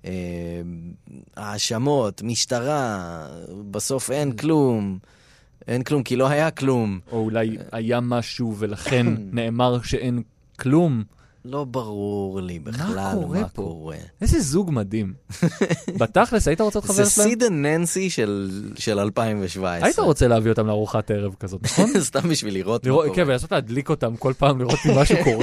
[SPEAKER 4] האשמות, משטרה, בסוף אין כלום. אין כלום, כי לא היה כלום.
[SPEAKER 3] או אולי היה משהו ולכן נאמר שאין כלום.
[SPEAKER 4] לא ברור לי בכלל מה קורה. מה קורה.
[SPEAKER 3] איזה זוג מדהים. בתכלס, היית רוצה לחבר
[SPEAKER 4] שלהם? זה סיד וננסי של, של אלפיים שבע עשרה.
[SPEAKER 3] היית רוצה להביא אותם לארוחת ערב כזאת, נכון?
[SPEAKER 4] סתם בשביל לראות
[SPEAKER 3] לראות, מה קורה. כן, ולעשות להדליק אותם כל פעם, לראות אם משהו קורה.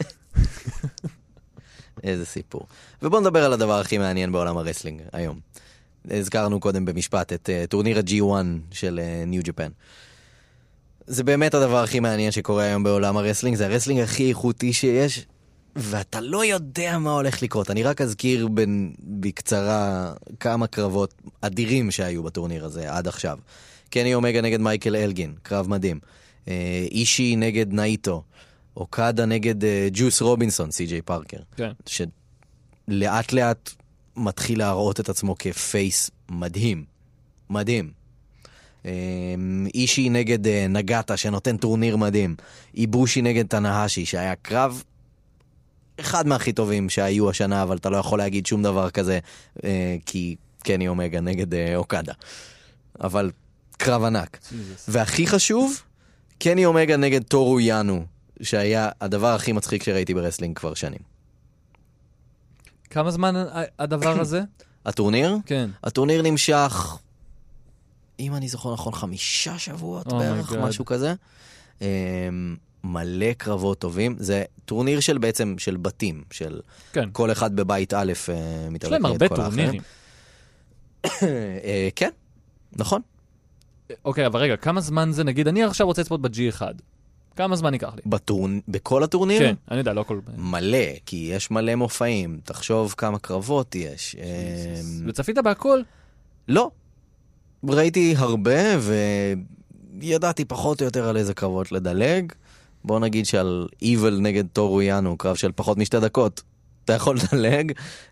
[SPEAKER 4] איזה סיפור. ובואו נדבר על הדבר הכי מעניין בעולם הרסלינג היום. הזכרנו קודם במשפט את uh, טורניר ה-ג'י וואן של ניו ג'פן. זה באמת הדבר הכי מעניין שקורה היום בעולם הרסלינג. זה הרסלינג הכי איכותי שיש, ואתה לא יודע מה הולך לקרות. אני רק אזכיר בין, בקצרה כמה קרבות אדירים שהיו בטורניר הזה עד עכשיו. קני אומגה נגד מייקל אלגין, קרב מדהים. אה, אישי נגד נאיטו. אוקדה נגד אה, ג'וס רובינסון, סי ג'יי פארקר.
[SPEAKER 3] כן.
[SPEAKER 4] שלאט לאט מתחיל להראות את עצמו כפייס מדהים. מדהים. אה, אישי נגד אה, נגטה שנותן טורניר מדהים. איבושי נגד תנהשי שהיה קרב אחד מהכי טובים שהיו השנה, אבל אתה לא יכול להגיד שום דבר כזה, אה, כי קני אומגה נגד אה, אוקדה. אבל קרב ענק. Jesus. והכי חשוב, קני אומגה נגד טורו יאנו, שהיה הדבר הכי מצחיק שראיתי ברסלינג כבר שנים.
[SPEAKER 3] כמה זמן הדבר הזה?
[SPEAKER 4] הטורניר?
[SPEAKER 3] כן.
[SPEAKER 4] הטורניר נמשך, אם אני זוכר נכון, חמישה שבועות
[SPEAKER 3] Oh
[SPEAKER 4] בערך,
[SPEAKER 3] my God.
[SPEAKER 4] משהו כזה. Um, מלא קרבות טובים. זה טורניר של בעצם, של בתים, של
[SPEAKER 3] כן.
[SPEAKER 4] כל אחד בבית א' uh,
[SPEAKER 3] יש
[SPEAKER 4] מתאבק
[SPEAKER 3] להם
[SPEAKER 4] נגד
[SPEAKER 3] הרבה
[SPEAKER 4] כל האחרים.
[SPEAKER 3] טורנירים.
[SPEAKER 4] uh, כן, נכון.
[SPEAKER 3] אוקיי, אבל רגע, כמה זמן זה, נגיד, אני עכשיו רוצה לצפות ב-ג'י אחד. כמה זמן ייקח לי?
[SPEAKER 4] בטורנ... בכל הטורניר?
[SPEAKER 3] כן, אני יודע, לא כל...
[SPEAKER 4] מלא, כי יש מלא מופעים. תחשוב כמה קרבות יש. Um,
[SPEAKER 3] וצפית בהכל?
[SPEAKER 4] לא. ראיתי הרבה וידעתי פחות או יותר על איזה קרבות לדלג. בוא נגיד שעל Evil נגד טורו יאנו, קרב של פחות משתי דקות. אתה יכול לדלג.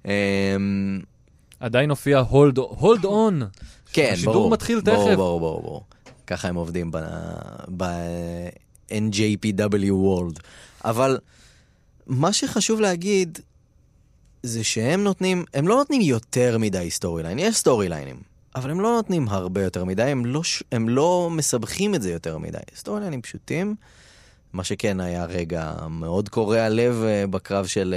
[SPEAKER 3] עדיין הופיע hold, hold on.
[SPEAKER 4] כן,
[SPEAKER 3] השידור
[SPEAKER 4] ברור.
[SPEAKER 3] מתחיל תכף.
[SPEAKER 4] ברור, ברור, ברור, ברור. ככה הם עובדים ב-אן ג'יי פי דאבליו World. אבל מה שחשוב להגיד זה שהם נותנים, הם לא נותנים יותר מדי סטורי ליין. יש סטורי ליינים, אבל הם לא נותנים הרבה יותר מדי, הם לא, הם לא מסבכים את זה יותר מדי. סטורי ליינים פשוטים, מה שכן היה רגע מאוד קורע לב בקרב של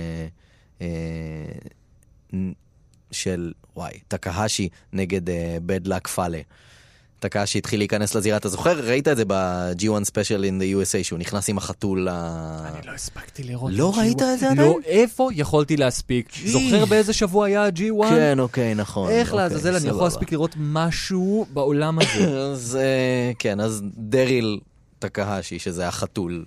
[SPEAKER 4] של, וואי, טקהשי נגד בד לק פאלה. טקהשי התחיל להיכנס לזירה, אתה זוכר? ראית את זה ב-ג'י וואן Special in the יו אס איי, שהוא נכנס עם החתול ל...
[SPEAKER 3] אני לא הספקתי לראות.
[SPEAKER 4] לא ראית את זה עדיין?
[SPEAKER 3] לא, איפה יכולתי להספיק? זוכר באיזה שבוע היה ה-ג'י וואן?
[SPEAKER 4] כן, אוקיי, נכון.
[SPEAKER 3] איך לעזאזל אני יכול להספיק לראות משהו בעולם הזה?
[SPEAKER 4] אז כן, אז דריל טקהשי, שזה החתול.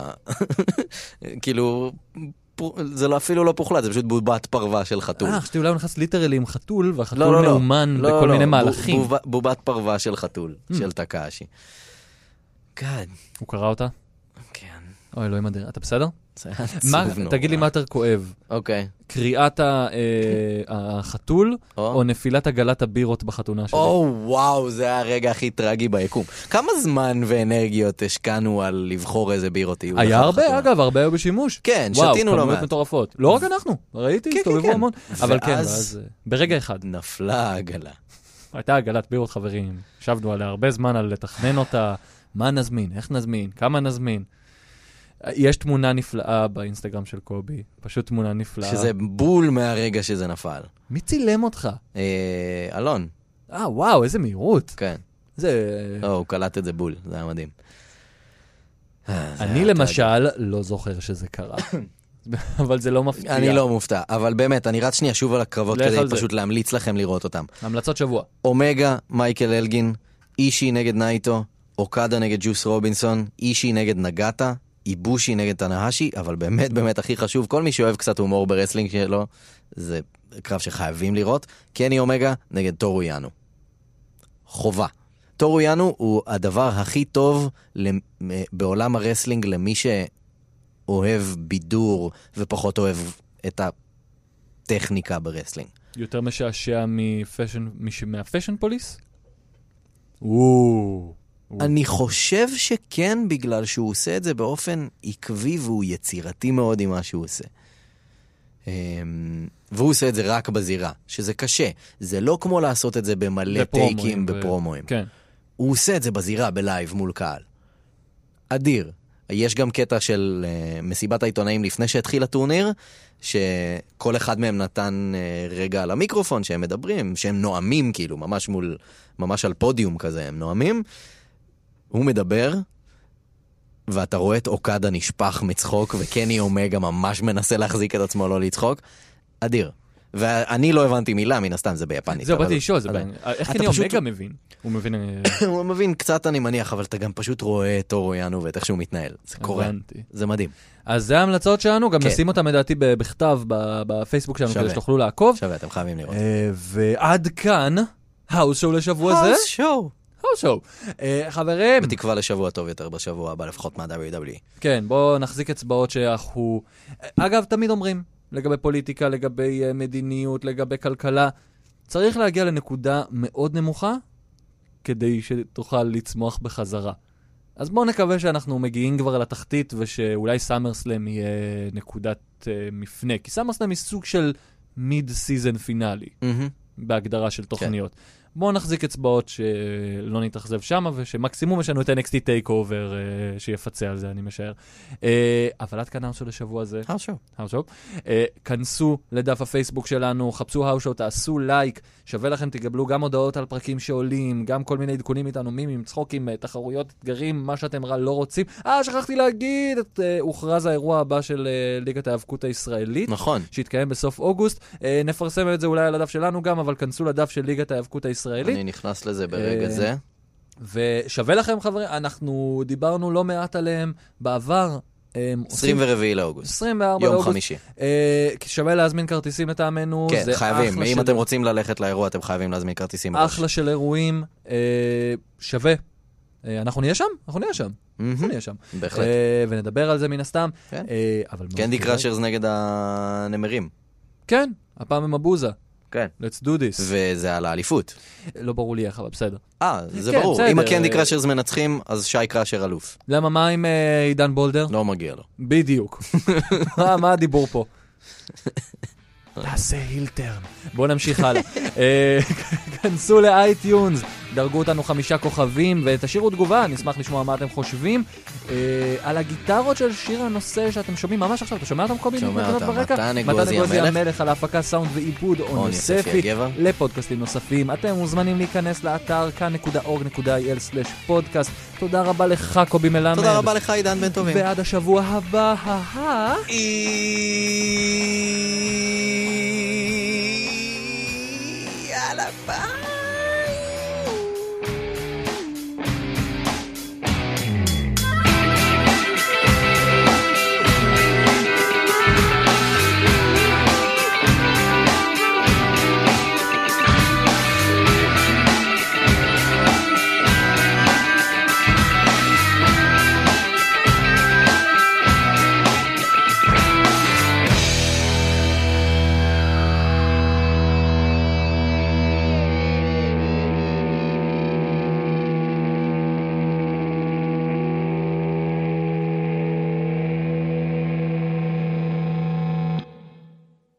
[SPEAKER 4] כאילו, זה אפילו לא פוחלט, זה פשוט בובת פרווה של חתול.
[SPEAKER 3] אה, חשבתי אולי הוא נכנס ליטרלי עם חתול, והחתול מאומן בכל מיני מהלכים.
[SPEAKER 4] בובת פרווה של חתול, של טקהשי. גאד.
[SPEAKER 3] הוא קרא אותה?
[SPEAKER 4] כן.
[SPEAKER 3] אוי, אלוהים אדיר. אתה בסדר?
[SPEAKER 4] זה עצוב נורא.
[SPEAKER 3] תגיד לי מה יותר כואב.
[SPEAKER 4] אוקיי.
[SPEAKER 3] קריאת החתול, או נפילת עגלת הבירות בחתונה שלי?
[SPEAKER 4] או, וואו, זה הרגע הכי טרגי ביקום. כמה זמן ואנרגיות השקענו על לבחור איזה בירות יהיו?
[SPEAKER 3] היה הרבה, אגב, הרבה היו בשימוש.
[SPEAKER 4] כן, שתינו לא
[SPEAKER 3] וואו,
[SPEAKER 4] מעט.
[SPEAKER 3] כמויות מטורפות. לא רק אנחנו, ראיתי, הסתובבו המון. אבל כן, ואז ברגע אחד.
[SPEAKER 4] נפלה העגלה.
[SPEAKER 3] הייתה עגלת בירות, חברים. ישבנו עליה הרבה זמן על לתכנן אותה, מה נזמין, איך נזמין, כמה נזמין. יש תמונה נפלאה באינסטגרם של קובי, פשוט תמונה נפלאה.
[SPEAKER 4] שזה בול מהרגע שזה נפל.
[SPEAKER 3] מי צילם אותך?
[SPEAKER 4] אה, אלון.
[SPEAKER 3] אה, וואו, איזה מהירות.
[SPEAKER 4] כן.
[SPEAKER 3] זה...
[SPEAKER 4] לא, הוא קלט את זה בול, זה היה מדהים.
[SPEAKER 3] אני למשל לא זוכר שזה קרה. אבל זה לא מפתיע.
[SPEAKER 4] אני לא מופתע, אבל באמת, אני רץ שנייה שוב על הקרבות כדי פשוט להמליץ לכם לראות אותם.
[SPEAKER 3] המלצות שבוע.
[SPEAKER 4] אומגה, מייקל אלגין, אישי נגד נייטו, אוקדה נגד ג'וס רובינסון, אישי נגד נגאטה, איבושי נגד תנהשי, אבל באמת באמת הכי חשוב, כל מי שאוהב קצת הומור ברסלינג שלו, זה קרב שחייבים לראות, קני אומגה נגד טורו יאנו. חובה. טורו יאנו הוא הדבר הכי טוב בעולם הרסלינג למי שאוהב בידור ופחות אוהב את הטכניקה ברסלינג.
[SPEAKER 3] יותר משעשע מפשן, מהפשן פוליס? וואו.
[SPEAKER 4] אני חושב שכן, בגלל שהוא עושה את זה באופן עקבי והוא יצירתי מאוד עם מה שהוא עושה. והוא עושה את זה רק בזירה, שזה קשה. זה לא כמו לעשות את זה במלא טייקים בפרומואים.
[SPEAKER 3] כן.
[SPEAKER 4] הוא עושה את זה בזירה, בלייב, מול קהל. אדיר. יש גם קטע של uh, מסיבת העיתונאים לפני שהתחיל הטורניר, שכל אחד מהם נתן uh, רגע על המיקרופון שהם מדברים, שהם נועמים כאילו, ממש מול, ממש על פודיום כזה, הם נועמים. הוא מדבר, ואתה רואה את אוקדה נשפח מצחוק, וקני אומגה ממש מנסה להחזיק את עצמו לא לצחוק. אדיר. ואני לא הבנתי מילה, מן הסתם, זה ביפנית.
[SPEAKER 3] זהו, באתי לשאול, איך קני אומגה מבין? הוא מבין...
[SPEAKER 4] הוא מבין קצת, אני מניח, אבל אתה גם פשוט רואה את טורו יאנו ואת איך שהוא מתנהל. זה קורה. זה מדהים.
[SPEAKER 3] אז זה ההמלצות שלנו, גם נשים אותם לדעתי בכתב בפייסבוק שלנו, כדי שתוכלו לעקוב.
[SPEAKER 4] שווה, אתם חייבים לראות.
[SPEAKER 3] ועד כאן, האוס שואו לשבוע זה.
[SPEAKER 4] האוס שואו.
[SPEAKER 3] האוס שואו. חברים.
[SPEAKER 4] בתקווה לשבוע טוב יותר בשבוע הבא, לפחות מה-דאבליו דאבליו אי.
[SPEAKER 3] כן, בואו נחזיק אצבעות שאנחנו... אגב, תמיד אומרים, לגבי פוליטיקה, לגבי מדיניות, לגבי כלכלה, צריך להגיע לנקודה מאוד נמוכה, כדי שתוכל לצמוח בחזרה. אז בואו נקווה שאנחנו מגיעים כבר לתחתית, ושאולי סאמרסלם יהיה נקודת uh, מפנה. כי סאמרסלם היא סוג של מיד סיזן פינאלי, mm-hmm. בהגדרה של תוכניות. כן. בואו נחזיק אצבעות שלא נתאכזב שם, ושמקסימום יש לנו את אן אקס טי Takeover שיפצה על זה, אני משער. אבל עד כאן האוס שואו לשבוע הזה.
[SPEAKER 4] האוס שואו.
[SPEAKER 3] האוס שואו. כנסו לדף הפייסבוק שלנו, חפשו האוס שואו, תעשו לייק, שווה לכם, תקבלו גם הודעות על פרקים שעולים, גם כל מיני עדכונים איתנו, מימים, צחוקים, תחרויות, אתגרים, מה שאתם רע לא רוצים. אה, שכחתי להגיד, הוכרז האירוע הבא של ליגת ההיאבקות הישראלית.
[SPEAKER 4] נכון.
[SPEAKER 3] שהתקיים בסוף אוגוסט. נפרסם את זה אולי על הדף שלנו גם, אבל כנסו לדף של ליגת ההיאבקות הישראלית.
[SPEAKER 4] אני נכנס לזה ברגע זה.
[SPEAKER 3] ושווה לכם, חברים, אנחנו דיברנו לא מעט עליהם בעבר.
[SPEAKER 4] עשרים וארבעה לאוגוסט.
[SPEAKER 3] עשרים וארבעה
[SPEAKER 4] יום
[SPEAKER 3] לאוגוסט.
[SPEAKER 4] חמישי.
[SPEAKER 3] שווה להזמין כרטיסים לטעמנו.
[SPEAKER 4] כן, חייבים. אם אתם רוצים ללכת לאירוע, אתם חייבים להזמין כרטיסים.
[SPEAKER 3] אחלה של אירועים. שווה. אנחנו נהיה שם? אנחנו נהיה שם. אנחנו נהיה שם.
[SPEAKER 4] בהחלט.
[SPEAKER 3] ונדבר על זה מן הסתם.
[SPEAKER 4] קנדי קראשרס נגד הנמרים.
[SPEAKER 3] כן, הפעם עם הבוזה.
[SPEAKER 4] כן.
[SPEAKER 3] Let's do this.
[SPEAKER 4] וזה על האליפות.
[SPEAKER 3] לא ברור לי איך, אבל בסדר.
[SPEAKER 4] אה, זה ברור. אם הקנדי קראשרס מנצחים, אז שי קראשר אלוף.
[SPEAKER 3] למה, מה עם עידן בולדר?
[SPEAKER 4] לא מגיע לו.
[SPEAKER 3] בדיוק. מה הדיבור פה? תעשה הילטרן. בואו נמשיך הלאה. כנסו לאייטיונס, דרגו אותנו חמישה כוכבים ותשאירו תגובה, נשמח לשמוע מה אתם חושבים. על הגיטרות של שיר הנושא שאתם שומעים ממש עכשיו, אתה שומע אותם קובי?
[SPEAKER 4] שומע אותם, מתן אגוזי
[SPEAKER 3] המלך, על ההפקה סאונד ועיבוד און יוספי, לפודקאסטים נוספים. אתם מוזמנים להיכנס לאתר כאן נקודה אורג נקודה איי אל סלש פודקאסט. תודה רבה לך קובי מלמד.
[SPEAKER 4] תודה רבה לך עידן בן טובים.
[SPEAKER 3] ועד השבוע הבא.